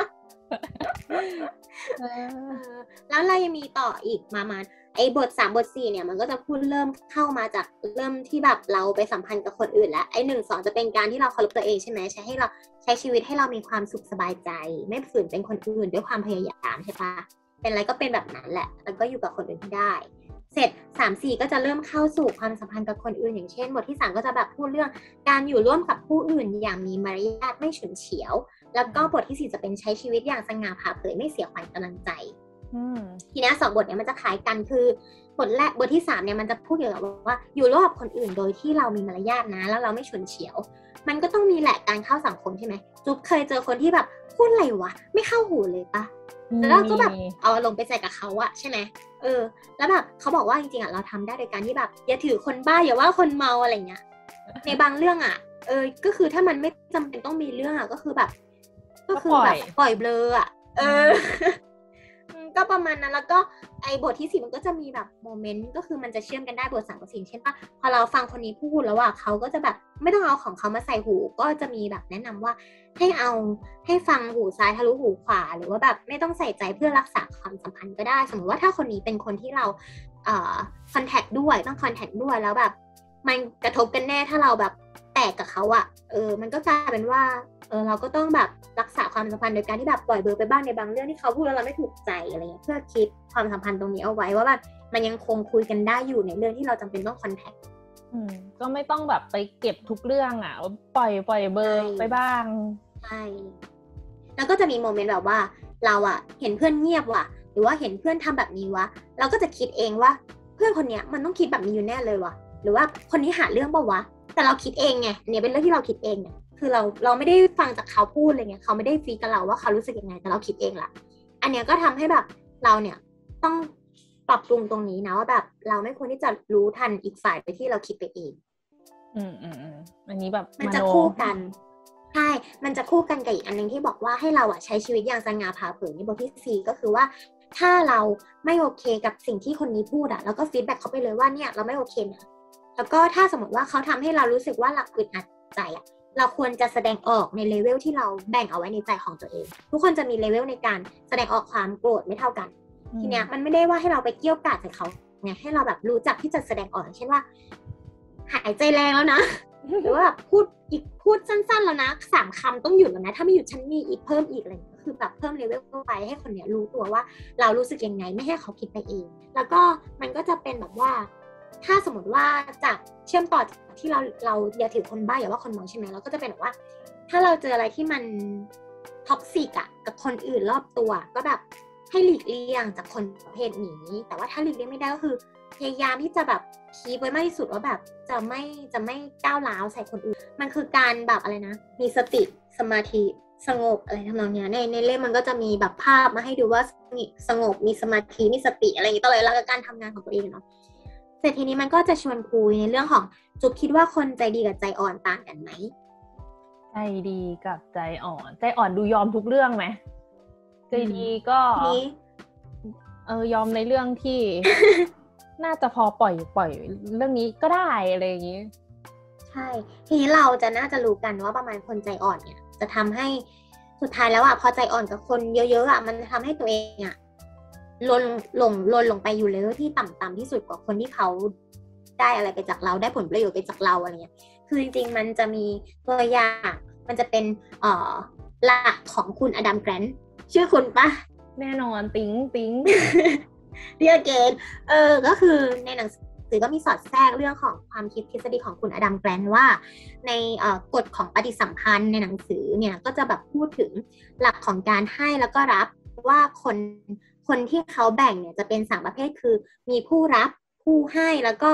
แล้วเรายังมีต่ออีกประมาณไอ้บท3บท4เนี่ยมันก็จะพูดเริ่มเข้ามาจากเริ่มที่แบบเราไปสัมพันธ์กับคนอื่นแล้วไอ้1 2จะเป็นการที่เราเคารพตัวเองใช่ไหมใช้ให้เราใช้ชีวิตให้เรามีความสุขสบายใจไม่ฝืนเป็นคนอื่นด้วยความพยายามใช่ปะเป็นอะไรก็เป็นแบบนั้นแหละแล้วก็อยู่กับคนอื่นที่ได้เสร็จ3 4ก็จะเริ่มเข้าสู่ความสัมพันธ์กับคนอื่นอย่างเช่นบทที่3ก็จะแบบพูดเรื่องการอยู่ร่วมกับผู้อื่นอย่างมีมารยาทไม่ฉุนเฉียวแล้วก็บทที่4จะเป็นใช้ชีวิตอย่างสง่าผ่าเผยไม่เสียขวัญกำลังใจทีนี้2 บทเนี่ยมันจะคล้ายกันคือบทแรกบทที่3เนี่ยมันจะพูดเกี่ยวกับว่าอยู่ร่วมกับคนอื่นโดยที่เรามีมารยาทนะแล้วเราไม่ฉุนเฉียวมันก็ต้องมีแหละการเข้าสังคมใช่ไหมจุ๊บเคยเจอคนที่แบบพูดอะไรวะไม่เข้าหูเลยปะแล้วเราก็แบบเอาลงไปใส่กับเขาอะใช่ไหมแล้วแบบเขาบอกว่าจริงๆอะเราทำได้โดยการที่แบบอย่าถือคนบ้าอย่าว่าคนเมาอะไรเงี้ยในบางเรื่องอะก็คือถ้ามันไม่จำเป็นต้องมีเรื่องอะก็คือแบบปล่อยเบลออะก็ประมาณนั้นแล้วก็ไอ้บทที่4มันก็จะมีแบบโมเมนต์ก็คือมันจะเชื่อมกันได้บท3 กับ 4เช่นว่าพอเราฟังคนนี้พูดแล้วว่าเขาก็จะแบบไม่ต้องเอาของเขามาใส่หูก็จะมีแบบแนะนำว่าให้ฟังหูซ้ายทะลุหูขวาหรือว่าแบบไม่ต้องใส่ใจเพื่อรักษาความสัมพันธ์ก็ได้สมมติว่าถ้าคนนี้เป็นคนที่เราคอนแทคด้วยต้องคอนแทคด้วยแล้วแบบมันกระทบกันแน่ถ้าเราแบบแตกกับเขาอะมันก็กลายเป็นว่าเราก็ต้องแบบรักษาความสัมพันธ์โดยการที่แบบปล่อยเบอร์ไปบ้างในบางเรื่องที่เขาพูดแล้วเราไม่ถูกใจอะไรเงี้ยเพื่อคิดความสัมพันธ์ตรงนี้เอาไว้ว่าแบบมันยังคงคุยกันได้อยู่ในเรื่องที่เราจำเป็นต้องคอนแทคก็ไม่ต้องแบบไปเก็บทุกเรื่องอ่ะปล่อยเบอร์ไปบ้างใช่แล้วก็จะมีโมเมนต์แบบว่าเราอะเห็นเพื่อนเงียบว่ะหรือว่าเห็นเพื่อนทำแบบนี้วะเราก็จะคิดเองว่าเพื่อนคนเนี้ยมันต้องคิดแบบนี้อยู่แน่เลยวะหรือว่าคนนี้หาเรื่องเปล่าวะแต่เราคิดเองไงเนี่ยเป็นเรื่องที่เราคิดเองเนี่ยคือเราไม่ได้ฟังจากเขาพูดอะไรเงี้ยเขาไม่ได้ฟีดกับเราว่าเขารู้สึกยังไงแต่เราคิดเองล่ะอันเนี้ยก็ทำให้แบบเราเนี่ยต้องปรับปรุงตรงนี้นะว่าแบบเราไม่ควรที่จะรู้ทันอีกฝ่ายไปที่เราคิดไปเองอันนี้แบบมันจะคู่กันใช่มันจะคู่กันกับอีกอันนึงที่บอกว่าให้เราใช้ชีวิตอย่างสง่าผ่าเผยในบทที่4ก็คือว่าถ้าเราไม่โอเคกับสิ่งที่คนนี้พูดแล้วก็ฟีดแบ็กเขาไปเลยว่าเนี่ยเราไม่โอเคนะแล้วก็ถ้าสมมติว่าเขาทำให้เรารู้สึกว่าเราอึดอัดใจเราควรจะแสดงออกในเลเวลที่เราแบ่งเอาไว้ในใจของตัวเองทุกคนจะมีเลเวลในการแสดงออกความโกรธไม่เท่ากันทีเนี้ยมันไม่ได้ว่าให้เราไปเกี้ยวกาดใส่เขาไงให้เราแบบรู้จักที่จะแสดงออกเช่นว่าหายใจแรงแล้วนะหรือว่าพูดสั้นๆแล้วนะ3 คำต้องหยุดแล้วนะถ้าไม่หยุดฉันมีอีกเพิ่มอีกอะไรก็คือแบบเพิ่มเลเวลเข้าไปให้คนเนี้ยรู้ตัวว่าเรารู้สึกยังไงไม่ให้เขาคิดไปเองแล้วก็มันก็จะเป็นแบบว่าถ้าสมมติว่าจากเชื่อมต่อที่เราอย่าถือคนบ้าอย่าว่าคนเมาใช่ไหมเราก็จะเป็นแบบว่าถ้าเราเจออะไรที่มันท็อกซิกอะกับคนอื่นรอบตัวก็แบบให้หลีกเลี่ยงจากคนประเภทนี้แต่ว่าถ้าหลีกเลี่ยงไม่ได้ก็คือพยายามที่จะแบบคีปไว้มากที่สุดว่าแบบจะไม่ก้าวร้าวใส่คนอื่นมันคือการแบบอะไรนะมีสติสมาธิสงบอะไรทำนองนี้ในเล่มมันก็จะมีแบบภาพมาให้ดูว่าสงบมีสมาธิมีสติอะไรอย่างนี้ตลอดเวลากับการทำงานของตัวเองเนาะเสร็จทีนี้มันก็จะชวนคุยในเรื่องของจุ๊บคิดว่าคนใจดีกับใจอ่อนต่างกันไหมใจดีกับใจอ่อนดูยอมทุกเรื่องไหมใจดีก็ยอมในเรื่องที่ น่าจะพอปล่อยเรื่องนี้ก็ได้อะไรอย่างนี้ใช่ทีนี้เราจะน่าจะรู้กันว่าประมาณคนใจอ่อนเนี่ยจะทำให้สุดท้ายแล้วพอใจอ่อนกับคนเยอะๆมันจะทำให้ตัวเองลนลงไปอยู่เลเวลที่ต่ำที่สุดกว่าคนที่เขาได้อะไรไปจากเราได้ผลประโยชน์ไปจากเราอะไรเงี้ยคือจริงๆมันจะมีตัวอย่างมันจะเป็นหลักของคุณอดัมแกรนท์ชื่อคุณปะแน่นอนติ๊งเรียกเกณฑ์ก็คือในหนังสือก็มีสอดแทรกเรื่องของความคิดทฤษฎีของคุณอดัมแกรนท์ว่าในกฎของปฏิสัมพันธ์ในหนังสือเนี่ยก็จะแบบพูดถึงหลักของการให้แล้วก็รับว่าคนที่เขาแบ่งเนี่ยจะเป็น3 ประเภทคือมีผู้รับผู้ให้แล้วก็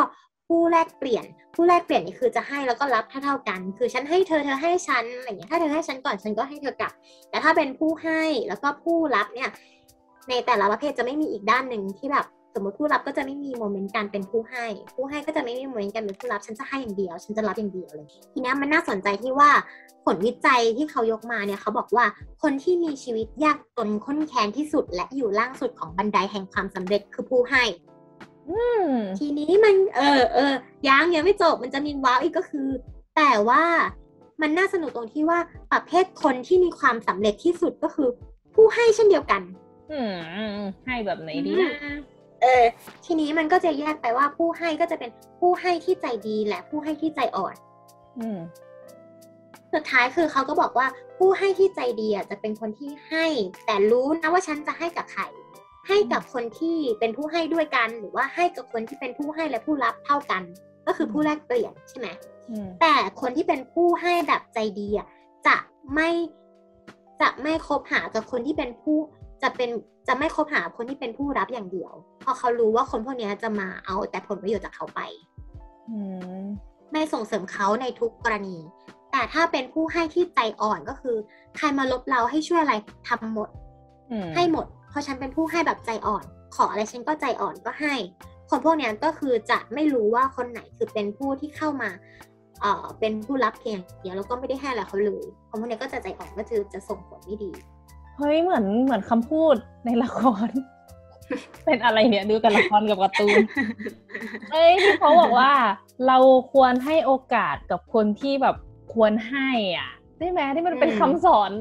ผู้แลกเปลี่ยนนี่คือจะให้แล้วก็รับเท่ากันคือฉันให้เธอให้ฉันอะไรอย่างเงี้ยถ้าเธอให้ฉันก่อนฉันก็ให้เธอกลับแต่ถ้าเป็นผู้ให้แล้วก็ผู้รับเนี่ยในแต่ละประเภทจะไม่มีอีกด้านหนึ่งที่แบบสมมติผู้รับก็จะไม่มีโมเมนต์การเป็นผู้ให้ก็จะไม่มีโมเมนต์การเป็นผู้รับฉันจะให้อย่างเดียวฉันจะรับอย่างเดียวเลยทีนี้มันน่าสนใจที่ว่าผลวิจัยที่เขายกมาเนี่ยเขาบอกว่าคนที่มีชีวิตยากจนข้นแค้นที่สุดและอยู่ล่างสุดของบันไดแห่งความสำเร็จคือผู้ให้ทีนี้มันยังไม่จบมันจะมีว้าวอีกก็คือแต่ว่ามันน่าสนุกตรงที่ว่าประเภทคนที่มีความสำเร็จที่สุดก็คือผู้ให้เช่นเดียวกันให้แบบไหนดีนะทีนี้มันก็จะแยกไปว่าผู้ให้ก็จะเป็นผู้ให้ที่ใจดีและผู้ให้ที่ใจอ่อนสุดท้ายคือเขาก็บอกว่าผู้ให้ที่ใจดีจะเป็นคนที่ให้แต่รู้นะว่าฉันจะให้กับใครให้กับคนที่เป็นผู้ให้ด้วยกันหรือว่าให้กับคนที่เป็นผู้ให้และผู้รับเท่ากันก็คือผู้แลกเปลี่ยนใช่ไหมแต่คนที่เป็นผู้ให้แบบใจดีจะไม่คบหากับคนที่เป็นผู้จะไม่คบหาคนที่เป็นผู้รับอย่างเดียวเพราะเขารู้ว่าคนพวกนี้จะมาเอาแต่ผลประโยชน์จากเขาไปไม่ส่งเสริมเขาในทุกกรณีแต่ถ้าเป็นผู้ให้ที่ใจอ่อนก็คือใครมาลบเราให้ช่วยอะไรทำหมดให้หมดเพราะฉันเป็นผู้ให้แบบใจอ่อนขออะไรฉันก็ใจอ่อนก็ให้คนพวกนี้ก็คือจะไม่รู้ว่าคนไหนคือเป็นผู้ที่เข้ามาเป็นผู้รับเพียงเดียวแล้วก็ไม่ได้ให้อะไรเขาเลยคนพวกนี้ก็จะใจอ่อนก็จะส่งผลไม่ดีเฮ้ยเหมือนคำพูดในละคร เป็นอะไรเนี่ยดูแต่ละครกับการ์ตูนที่เขาบอกว่าเราควรให้โอกาสกับคนที่แบบควรให้ได้ไหมที่มันเป็นคำสอน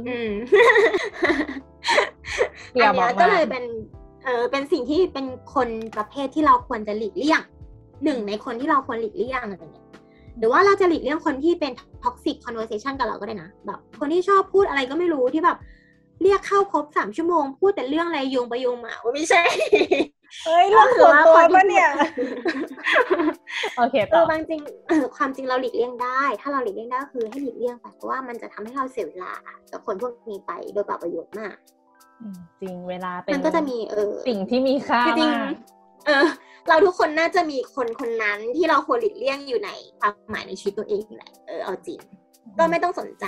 อันนี้ก็เลยเป็นสิ่งที่เป็นคนประเภทที่เราควรจะหลีกเลี่ยงหนึ่งในคนที่เราควรหลีกเลี่ยงอะไรเงี้ยหรือว่าเราจะหลีกเลี่ยงคนที่เป็น toxic conversation กับเราก็ได้นะแบบคนที่ชอบพูดอะไรก็ไม่รู้ที่แบบเรียกเข้าพบ3 ชั่วโมงพูดแต่เรื่องอะไรโยงไปโยงมาไม่ใช่เรื่องส่วนตัวปะเนี่ยโอเคต่อบางจริงความจริงเราหลีกเลี่ยงได้ถ้าเราหลีกเลี่ยงได้ก็คือให้หลีกเลี่ยงไปเพราะว่ามันจะทำให้เราเสียเวลากับคนพวกนี้ไปโดยเปล่าประโยชน์มากจริงเวลาเป็นมันก็จะมีสิ่งที่มีค่ามากเราทุกคนน่าจะมีคนนั้นที่เราควรหลีกเลี่ยงอยู่ในความหมายในชีวิตตัวเองแหละเอาจริงก็ไม่ต้องสนใจ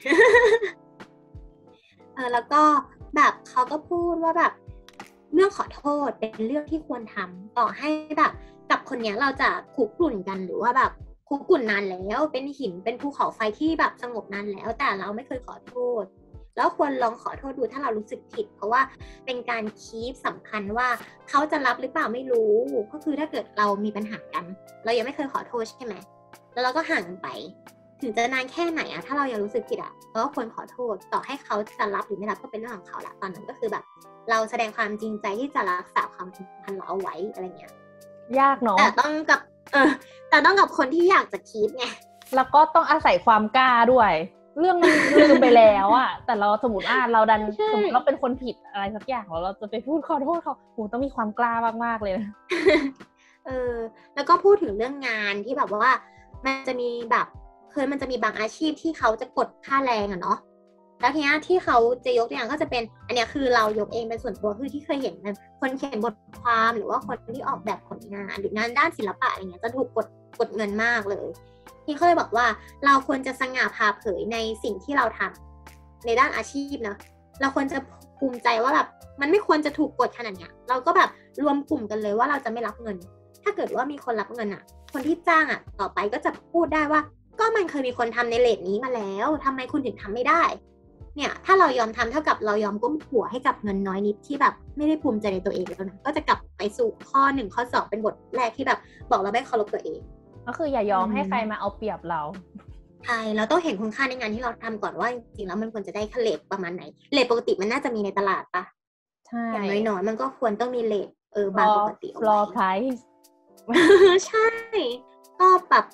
แล้วก็แบบเขาก็พูดว่าแบบเรื่องขอโทษเป็นเรื่องที่ควรทำต่อให้แบบกับคนนี้เราจะคุกรุ่นกันหรือว่าแบบคุกรุ่นนานแล้วเป็นหินเป็นภูเขาไฟที่แบบสงบนานแล้วแต่เราไม่เคยขอโทษแล้วควรลองขอโทษดูถ้าเรารู้สึกผิดเพราะว่าเป็นการคีปสัมพันธ์ว่าเขาจะรับหรือเปล่าไม่รู้ก็คือถ้าเกิดเรามีปัญหากันเรายังไม่เคยขอโทษใช่ไหมแล้วเราก็ห่างไปถึงจะนานแค่ไหนถ้าเรายังรู้สึกผิดเราก็ควรขอโทษต่อให้เขาจะรับหรือไม่รับก็เป็นเรื่องของเขาละตอนนั้นก็คือแบบเราแสดงความจริงใจที่จะรักษาความสัมพันธ์เราเอาไว้อะไรเงี้ยยากเนาะแต่ต้องกับคนที่อยากจะคีปไงแล้วก็ต้องอาศัยความกล้าด้วยเรื่องมันลืมไปแล้วแต่เราสมมติเราดันสมมติเราเป็นคนผิดอะไรสักอย่างแล้วเราจะไปพูดขอโทษเขาต้องมีความกล้ามากๆเลยนะแล้วก็พูดถึงเรื่องงานที่แบบว่ามันจะมีแบบมันจะมีบางอาชีพที่เขาจะกดค่าแรงเนาะแล้วทีนี้ที่เขาจะยกตัวอย่างก็จะเป็นอันนี้คือเรายกเองเป็นส่วนตัวคือที่เคยเห็นคนเขียนบทความหรือว่าคนที่ออกแบบผลงานหรืองานด้านศิลปะอะไรเงี้ยจะถูกกดเงินมากเลยที่เขาเลยบอกว่าเราควรจะสง่าผ่าเผยในสิ่งที่เราทำในด้านอาชีพนะเราควรจะภูมิใจว่าแบบมันไม่ควรจะถูกกดขนาดเนี้ยเราก็แบบรวมกลุ่มกันเลยว่าเราจะไม่รับเงินถ้าเกิดว่ามีคนรับเงินคนที่จ้างต่อไปก็จะพูดได้ว่าก็มันเคยมีคนทำในเรทนี้มาแล้วทำไมคุณถึงทำไม่ได้เนี่ยถ้าเรายอมทำเท่ากับเรายอมก้มหัวให้กับเงินน้อยนิดที่แบบไม่ได้ภูมิใจในตัวเองแล้วนะก็จะกลับไปสู่ข้อ1ข้อ2เป็นบทแรกที่แบบบอกเราไม่เคารพตัวเองก็คืออย่ายอมให้ใครมาเอาเปรียบเราใช่เราต้องเห็นคุณค่าในงานที่เราทำก่อนว่าจริงๆแล้วมันควรจะได้เรทประมาณไหนเรทปกติมันน่าจะมีในตลาดปะใช่อย่างน้อยๆมันก็ควรต้องมีเรทบางปกติ floor price ใช่ก็แบบ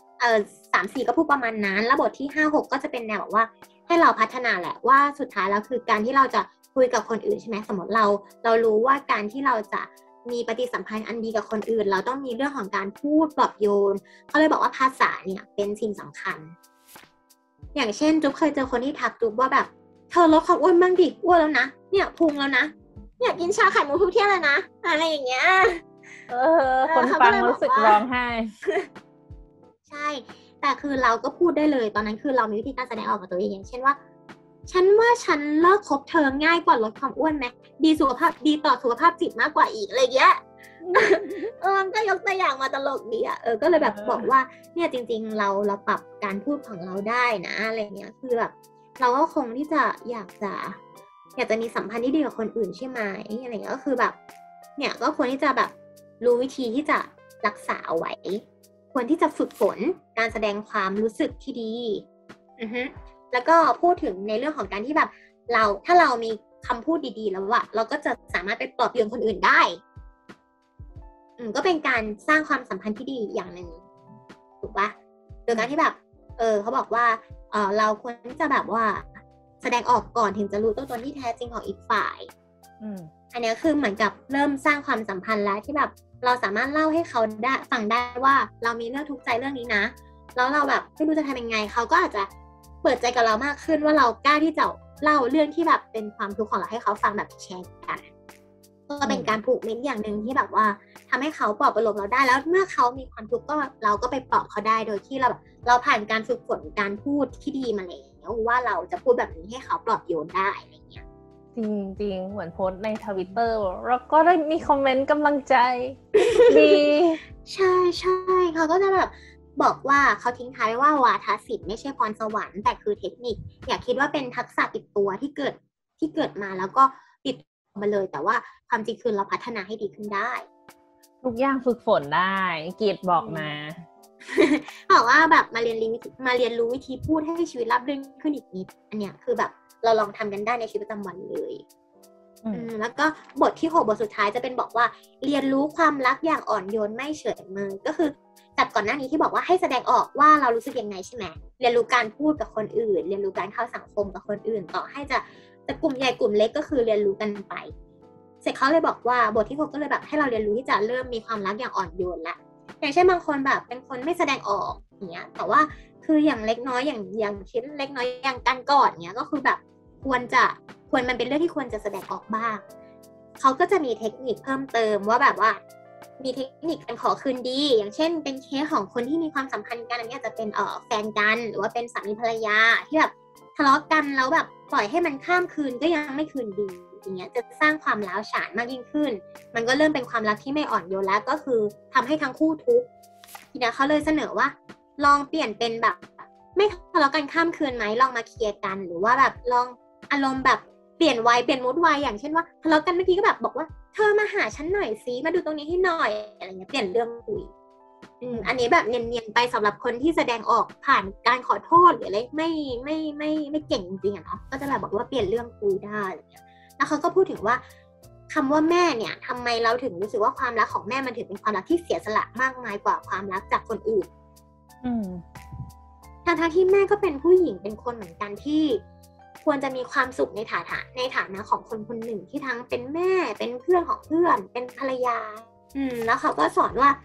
3-4ก็พูดประมาณนั้นแล้วบทที่5-6ก็จะเป็นแนวแบบว่าให้เราพัฒนาแหละว่าสุดท้ายแล้วคือการที่เราจะคุยกับคนอื่นใช่ไหมสมมติเรารู้ว่าการที่เราจะมีปฏิสัมพันธ์อันดีกับคนอื่นเราต้องมีเรื่องของการพูดปลอบโยนเขาเลยบอกว่าภาษาเนี่ยเป็นสิ่งสำคัญอย่างเช่นจุ๊บเคยเจอคนที่ทักจุ๊บว่าแบบเธอลดความอ้วนบ้างดิอ้วนแล้วนะเนี่ยพุงแล้วนะเนี่ยกินชาไข่มุกทุกเที่ยงเลยนะอะไรอย่างเงี้ยคนฟังรู้สึกร้องไห้ใช่แต่คือเราก็พูดได้เลยตอนนั้นคือเรามีวิธีการแสดงออกกับตัวเองอย่างเช่นว่าฉันว่าฉันเลิกคบเธอง่ายกว่าลดความอ้วนไหมดีต่อสุขภาพจิตมากกว่าอีกอะไรเงี้ยก็ยกตัวอย่างมาตลกดีก็เลยแบบบอกว่าเนี่ยจริงๆเราปรับการพูดของเราได้นะอะไรเงี้ยคือแบบเราก็คงที่จะอยากจะมีสัมพันธ์ที่ดีกับคนอื่นใช่ไหมอะไรเงี้ยก็คือแบบเนี่ยก็ควรที่จะแบบรู้วิธีที่จะรักษาไว้ควรที่จะฝึกฝนการแสดงความรู้สึกที่ดีแล้วก็พูดถึงในเรื่องของการที่แบบถ้าเรามีคำพูดดีๆแล้วอะเราก็จะสามารถไปปลอบโยนคนอื่นได้ก็เป็นการสร้างความสัมพันธ์ที่ดีอย่างหนึ่งถูกปะโดยการที่แบบเขาบอกว่าเราควรที่จะแบบว่าแสดงออกก่อนถึงจะรู้ตัวตนที่แท้จริงของอีกฝ่ายอันนี้คือเหมือนกับเริ่มสร้างความสัมพันธ์แล้วที่แบบเราสามารถเล่าให้เขาได้ฟังได้ว่าเรามีเรื่องทุกข์ใจเรื่องนี้นะแล้วเราแบบไม่รู้จะทำยังไงเขาก็อาจจะเปิดใจกับเรามากขึ้นว่าเรากล้าที่จะเล่าเรื่องที่แบบเป็นความทุกข์ของเราให้เขาฟังแบบแชร์กันก็เป็นการผูกมิตรอย่างหนึ่งที่แบบว่าทำให้เขาปลอบประโลมเราได้แล้วเมื่อเขามีความทุกข์ก็เราก็ไปปลอบเขาได้โดยที่เราผ่านการฝึกฝนการพูดที่ดีมาแล้วว่าเราจะพูดแบบนี้ให้เขาปลอบโยนได้อะไรเงี้ยจริงๆเหมือนโพสต์ใน Twitter แล้วก็ได้มีคอมเมนต์กำลังใจดีใช่เขาก็จะแบบบอกว่าเขาทิ้งท้ายว่าวาทศิลป์ไม่ใช่พรสวรรค์แต่คือเทคนิคอย่าคิดว่าเป็นทักษะติดตัวที่เกิดมาแล้วก็ติดมาเลยแต่ว่าความจริงคือเราพัฒนาให้ดีขึ้นได้ทุกอย่างฝึกฝนได้เกียรติบอกมาบอกว่าแบบมาเรียนรู้วิธีพูดให้ชีวิตราบรื่นขึ้นอีกนิดอันเนี้ยคือแบบเราลองทำกันได้ในชีวิตประจำวันเลยแล้วก็บทที่6บทสุดท้ายจะเป็นบอกว่าเรียนรู้ความรักอย่างอ่อนโยนไม่เฉยเมยก็คือจากก่อนหน้านี้ที่บอกว่าให้แสดงออกว่าเรารู้สึกยังไงใช่ไหมเรียนรู้การพูดกับคนอื่นเรียนรู้การเข้าสังคมกับคนอื่นต่อให้จะกลุ่มใหญ่กลุ่มเล็กก็คือเรียนรู้กันไปเสร็จเขาเลยบอกว่าบทที่6ก็เลยแบบให้เราเรียนรู้ที่จะเริ่มมีความรักอย่างอ่อนโยนละอย่างเช่นบางคนแบบเป็นคนไม่แสดงออกอย่างเงี้ยแต่ว่าคืออย่างเล็กน้อยอย่างชิ้นเล็กน้อยอย่างการกอดเงี้ยก็คือแบบควรมันเป็นเรื่องที่ควรจะแสดงออกบ้างเขาก็จะมีเทคนิคเพิ่มเติมว่าแบบว่ามีเทคนิคการขอคืนดีอย่างเช่นเป็นเคสของคนที่มีความสัมพันธ์กันอันนี้อาจจะเป็นแฟนกันหรือว่าเป็นสามีภรรยาที่แบบทะเลาะกันแล้วแบบปล่อยให้มันข้ามคืนก็ยังไม่คืนดีอย่างเงี้ยจะสร้างความร้าวฉานมากยิ่งขึ้นมันก็เริ่มเป็นความรักที่ไม่อ่อนโยนแล้วก็คือทำให้ทั้งคู่ทุกข์ทีนี้เขาเลยเสนอว่าลองเปลี่ยนเป็นแบบไม่ทะเลาะกันข้ามคืนไหมลองมาเคลียร์กันหรือว่าแบบลองอารมณ์แบบเปลี่ยนมูดไวอย่างเช่นว่าทะเลาะกันเมื่อกี้ก็แบบบอกว่าเธอมาหาฉันหน่อยสิมาดูตรงนี้ให้หน่อยอะไรเงี้ยเปลี่ยนเรื่องคุยอันนี้แบบเนียนๆไปสำหรับคนที่แสดงออกผ่านการขอโทษหรืออะไรไม่เก่งจริงๆเนาะก็จะแบบบอกว่าเปลี่ยนเรื่องคุยได้อะไรเงี้ยแล้วเขาก็พูดถึงว่าคำว่าแม่เนี่ยทำไมเราถึงรู้สึกว่าความรักของแม่มันถึงเป็นความรักที่เสียสละมากมายกว่าความรักจากคนอื่นทั้งที่แม่ก็เป็นผู้หญิงเป็นคนเหมือนกันที่ควรจะมีความสุขในฐานะของคนคนหนึ่งที่ทั้งเป็นแม่เป็นเพื่อนของเพื่อนเป็นภรรยาแล้วเขาก็สอนว่า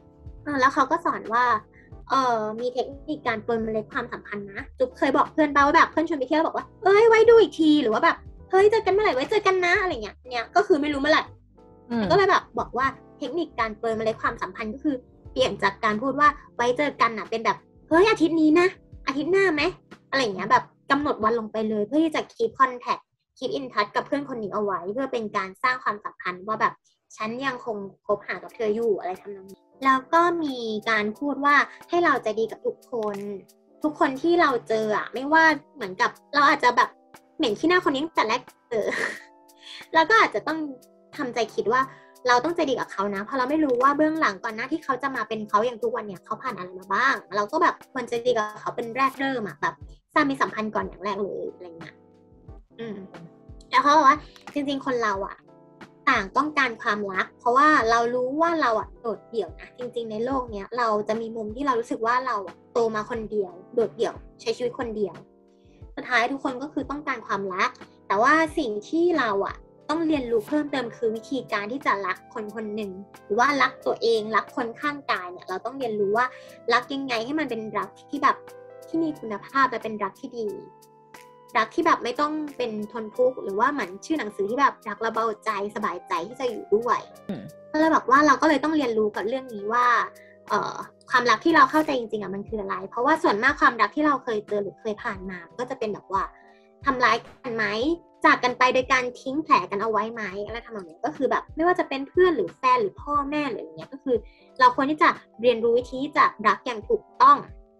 มีเทคนิคการโปรยเมล็ดความสัมพันธ์นะจุ๊บเคยบอกเพื่อนป่ะว่าแบบเพื่อนชวนไปเที่ยวบอกว่าไว้ดูอีกทีหรือว่าแบบเฮ้ยเจอกันเมื่อไหร่ไว้เจอกันนะอะไรเงี้ยเนี่ยก็คือไม่รู้เมื่อไหร่ก็เลยแบบบอกว่าเทคนิคการโปรยเมล็ดความสัมพันธ์ก็คือเปลี่ยนจากการพูดว่าไว้เจอกันเป็นแบบเฮ้ยอาทิตย์นี้นะอาทิตย์หน้าไหมอะไรเงี้ยแบบกำหนดวันลงไปเลยเพื่อที่จะ keep contact keep in touch กับเพื่อนคนนี้เอาไว้เพื่อเป็นการสร้างความสัมพันธ์ว่าแบบฉันยังคงคบหากับเธออยู่อะไรทำนองนี้แล้วก็มีการพูดว่าให้เราใจดีกับทุกคนที่เราเจอไม่ว่าเหมือนกับเราอาจจะแบบเหม็นขี้หน้าคนนี้แต่แรกเจอแล้วก็อาจจะต้องทำใจคิดว่าเราต้องใจดีกับเขานะเพราะเราไม่รู้ว่าเบื้องหลังก่อนหน้าที่เขาจะมาเป็นเขาอย่างทุกวันเนี่ยเขาผ่านอะไรมาบ้างเราก็แบบควรใจดีกับเขาเป็นแรกเริ่มแบบสร้างมีสัมพันธ์ก่อนอย่างแรกเลยอะไรเงี้ยแล้วเขาบอกว่าจริงๆคนเราต่างต้องการความรักเพราะว่าเรารู้ว่าเราโดดเดี่ยวนะจริงๆในโลกเนี้ยเราจะมีมุมที่เรารู้สึกว่าเราโตมาคนเดียวโดดเดี่ยวใช้ชีวิตคนเดียวสุดท้ายทุกคนก็คือต้องการความรักแต่ว่าสิ่งที่เราต้องเรียนรู้เพิ่มเติมคือวิธีการที่จะรักคนคนหนึ่งหรือว่ารักตัวเองรักคนข้างกายเนี่ยเราต้องเรียนรู้ว่ารักยังไงให้มันเป็นรักที่แบบที่มีคุณภาพและเป็นรักที่ดีรักที่แบบไม่ต้องเป็นทนทุกข์หรือว่าเหมือนชื่อหนังสือที่แบบรักระเบาใจสบายใจที่จะอยู่ด้วยก็เลยบอกว่าเราก็เลยต้องเรียนรู้กับเรื่องนี้ว่าความรักที่เราเข้าใจจริงๆอ่ะมันคืออะไรเพราะว่าส่วนมากความรักที่เราเคยเจอหรือเคยผ่านมาก็จะเป็นแบบว่าทำร้ายกันไหมจากกันไปโดยการทิ้งแผลกันเอาไว้ไหมอะไรทำนองนี้ก็คือแบบไม่ว่าจะเป็นเพื่อนหรือแฟนหรือพ่อแม่หรืออย่างเงี้ยก็คือเราควรที่จะเรียนรู้วิธีจะรักอย่างถูกต้อง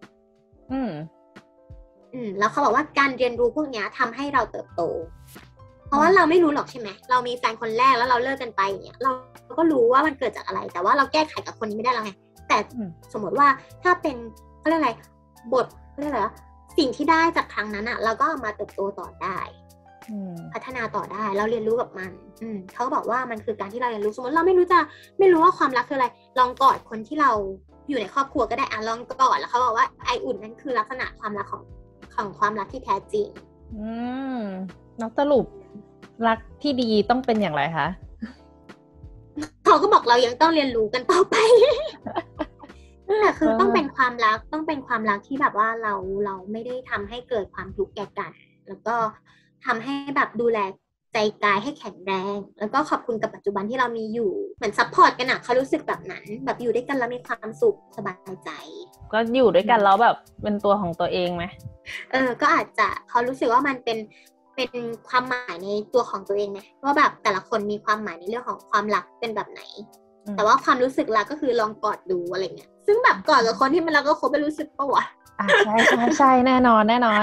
แล้วเขาบอกว่าการเรียนรู้พวกนี้ทำให้เราเติบโตเพราะว่าเราไม่รู้หรอกใช่ไหมเรามีแฟนคนแรกแล้วเราเลิกกันไปอย่างเงี้ยเราก็รู้ว่ามันเกิดจากอะไรแต่ว่าเราแก้ไขกับคนนี้ไม่ได้แล้วไงแต่สมมติว่าถ้าเป็นเขาเรียกอะไรบทเขาเรียกอะไรสิ่งที่ได้จากครั้งนั้นอ่ะเราก็เอามาเติบโตต่อได้พัฒนาต่อได้เราเรียนรู้กับมันเขาบอกว่ามันคือการที่เราเรียนรู้สมมติเราไม่รู้ว่าความรักคืออะไรลองกอดคนที่เราอยู่ในครอบครัวก็ได้ลองกอดแล้วเขาบอกว่าไออุ่นนั่นคือลักษณะความรักของความรักที่แท้จริงแล้วสรุปรักที่ดีต้องเป็นอย่างไรคะเขาก็บอกเรายังต้องเรียนรู้กันต่อไปแต่คือต้องเป็นความรักที่แบบว่าเราไม่ได้ทำให้เกิดความทุกข์แก่กันแล้วก็ทำให้แบบดูแลใจกายให้แข็งแรงแล้วก็ขอบคุณกับปัจจุบันที่เรามีอยู่เหมือนซัพพอร์ตกันเขารู้สึกแบบนั้นแบบอยู่ด้วยกันแล้วมีความสุขสบายใจก็อยู่ด้วยกันแล้วแบบเป็นตัวของตัวเองไหมก็อาจจะเขารู้สึกว่ามันเป็นความหมายในตัวของตัวเองไหมว่าแบบแต่ละคนมีความหมายในเรื่องของความรักเป็นแบบไหนแต่ว่าความรู้สึกรักก็คือลองกอดดูอะไรเงี้ยซึ่งแบบกอดกับคนที่มันรักก็คบไม่รู้สึกปะวะใช่แน่นอน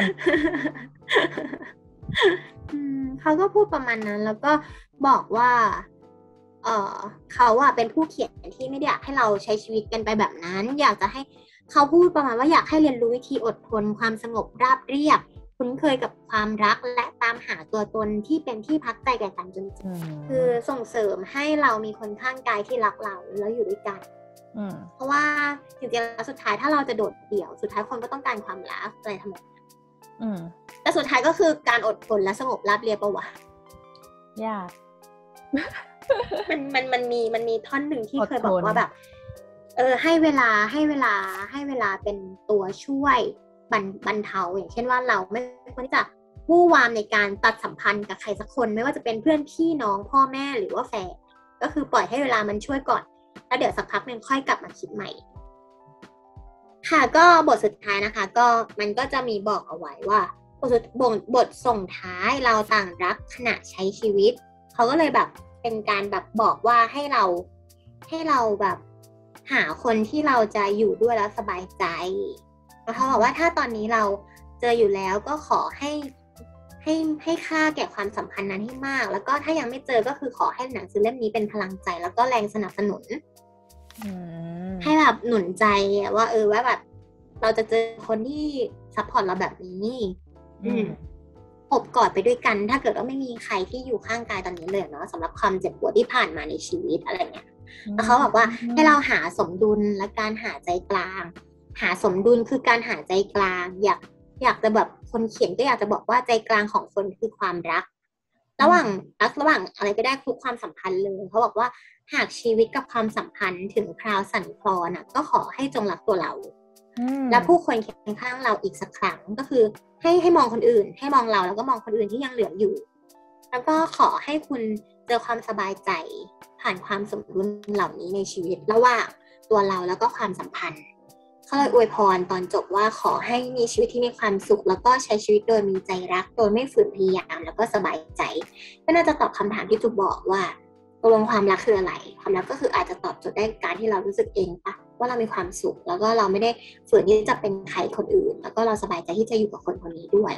เขาก็พูดประมาณนั้นแล้วก็บอกว่าเขาเป็นผู้เขียนที่ไม่ได้อยากให้เราใช้ชีวิตกันไปแบบนั้นอยากจะให้เขาพูดประมาณว่าอยากให้เรียนรู้วิธีอดทนความสงบราบเรียบคุ้นเคยกับความรักและตามหาตัวตนที่เป็นที่พักใจแก่กันจริงๆคือส่งเสริมให้เรามีคนข้างกายที่รักเราแล้วอยู่ด้วยกันเพราะว่าจริงๆแล้วสุดท้ายถ้าเราจะโดดเดี่ยวสุดท้ายคนก็ต้องการความรักอะไรทั้งหมดแต่สุดท้ายก็คือการอดทนและสงบราบเรียบปะวะยากมันมีท่อนหนึ่งที่เคยบอกว่าแบบให้เวลาเป็นตัวช่วยบรรเทาอย่างเช่นว่าเราไม่ควรที่จะวู่วามในการตัดสัมพันธ์กับใครสักคนไม่ว่าจะเป็นเพื่อนพี่น้องพ่อแม่หรือว่าแฟนก็คือปล่อยให้เวลามันช่วยก่อนแล้วเดี๋ยวสักพักนึงค่อยกลับมาคิดใหม่ค่ะก็บทสุดท้ายนะคะก็มันก็จะมีบอกเอาไว้ว่าบทส่งท้ายเราต่างรักขณะใช้ชีวิตเขาก็เลยแบบเป็นการแบบบอกว่าให้เราแบบหาคนที่เราจะอยู่ด้วยแล้วสบายใจแล้วเขาบอกว่าถ้าตอนนี้เราเจออยู่แล้วก็ขอให้ค่าแก่ความสัมพันธ์นั้นให้มากแล้วก็ถ้ายังไม่เจอก็คือขอให้หนังสือเล่มนี้เป็นพลังใจแล้วก็แรงสนับสนุนให้แบบหนุนใจว่าว่าแบบเราจะเจอคนที่ซัพพอร์ตเราแบบนี้อบกอดไปด้วยกันถ้าเกิดว่าไม่มีใครที่อยู่ข้างกายตอนนี้เลยเนาะสำหรับความเจ็บปวดที่ผ่านมาในชีวิตอะไรเงี้ยแล้วเขาบอกว่าให้เราหาสมดุลและการหาใจกลางหาสมดุลคือการหาใจกลางอยากจะแบบคนเขียนก็อยากจะบอกว่าใจกลางของคนคือความรักระหว่างอะไรก็ได้ทุกความสัมพันธ์เลยเขาบอกว่าหากชีวิตกับความสัมพันธ์ถึงคราวสั่นคลอนก็ขอให้จงรักตัวเราและผู้คนเคียงข้างเราอีกสักครั้งก็คือให้มองคนอื่นให้มองเราแล้วก็มองคนอื่นที่ยังเหลืออยู่แล้วก็ขอให้คุณเจอความสบายใจผ่านความสมดุลเหล่านี้ในชีวิตระหว่างตัวเราแล้วก็ความสัมพันธ์เขาเลยอวยพรตอนจบว่าขอให้มีชีวิตที่มีความสุขแล้วก็ใช้ชีวิตโดยมีใจรักโดยไม่ฝืนพยายามแล้วก็สบายใจก็น่าจะตอบคำถามที่จุบบอกว่าตกลงความรักคืออะไรความรักก็คืออาจจะตอบโจทย์ได้การที่เรารู้สึกเองปะว่าเรามีความสุขแล้วก็เราไม่ได้ฝืนที่จะเป็นใครคนอื่นแล้วก็เราสบายใจที่จะอยู่กับคนคนนี้ด้วย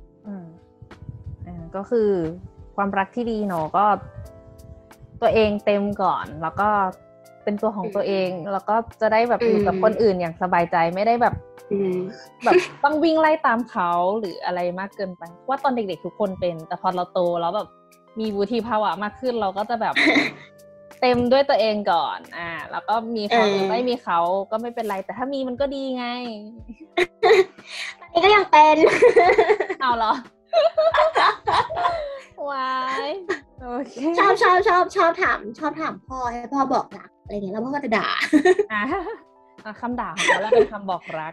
ก็คือความรักที่ดีเนาะก็ตัวเองเต็มก่อนแล้วก็เป็นตัวของตัวเองแล้วก็จะได้แบบอยู่กับคนอื่นอย่างสบายใจไม่ได้แบบต้องวิ่งไล่ตามเขาหรืออะไรมากเกินไปว่าตอนเด็กๆทุกคนเป็นแต่พอเราโตแล้วแบบมีวุฒิภาวะมากขึ้นเราก็จะแบบเต็มด้วยตัวเองก่อนแล้วก็มีเขาหรือไม่มีเขาก็ไม่เป็นไรแต่ถ้ามีมันก็ดีไงตอนนี้ก็ยังเป็นเอาเหรอว้ายโอเคชอบถามพ่อให้พ่อบอกรักอะไรเงี้ยแล้วพ่อก็จะด่าคำด่าของเขาแล้วเป็นคำบอกรัก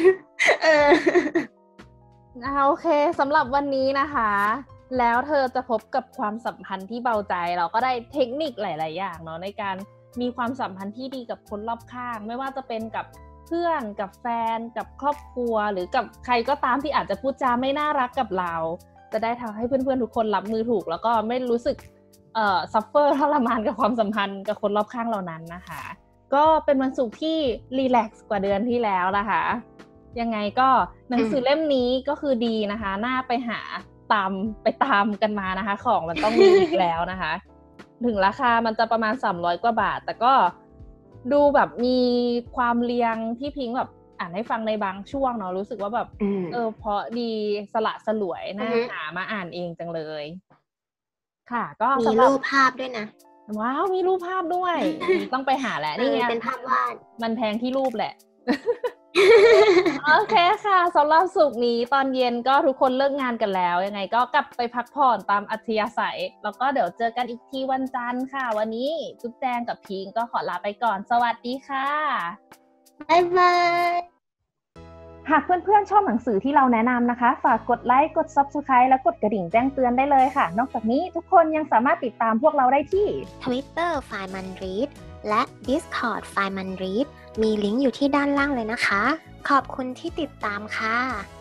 โอเคสำหรับวันนี้นะคะแล้วเธอจะพบกับความสัมพันธ์ที่เบาใจเราก็ได้เทคนิคหลายๆอย่างเนาะในการมีความสัมพันธ์ที่ดีกับคนรอบข้างไม่ว่าจะเป็นกับเพื่อนกับแฟนกับครอบครัวหรือกับใครก็ตามที่อาจจะพูดจาไม่น่ารักกับเราจะได้ทำให้เพื่อนๆทุกคนรับมือถูกแล้วก็ไม่รู้สึกซัฟเฟอร์ทรมานกับความสัมพันธ์กับคนรอบข้างเหล่านั้นนะคะก็เป็นวันศุกร์ที่รีแลกซ์กว่าเดือนที่แล้วนะคะยังไงก็หนังสือเล่มนี้ก็คือดีนะคะน่าไปหาไปตามกันมานะคะของมันต้องมีอีกแล้วนะคะถึงราคามันจะประมาณ300กว่าบาทแต่ก็ดูแบบมีความเรียงที่พิงค์แบบอ่านให้ฟังในบางช่วงเนาะรู้สึกว่าแบบเพราะดีสละสลวยน่าหามาอ่านเองจังเลยค่ะก็มีรูปภาพด้วยนะว้าวมีรูปภาพด้วยต้องไปหาแหละนี่ไงเป็นภาพวาดมันแพงที่รูปแหละ โอเคค่ะสำหรับศุกร์นี้ตอนเย็นก็ทุกคนเลิกงานกันแล้วยังไงก็กลับไปพักผ่อนตามอัธยาศัยแล้วก็เดี๋ยวเจอกันอีกทีวันจันทร์ค่ะวันนี้จุ๊บแจงกับพิงก็ขอลาไปก่อนสวัสดีค่ะบ๊ายบายหากเพื่อนๆชอบหนังสือที่เราแนะนำนะคะฝากกดไลค์กด Subscribe และกดกระดิ่งแจ้งเตือนได้เลยค่ะนอกจากนี้ทุกคนยังสามารถติดตามพวกเราได้ที่ Twitter FineManRead และ Discord FineManRead มีลิงก์อยู่ที่ด้านล่างเลยนะคะขอบคุณที่ติดตามค่ะ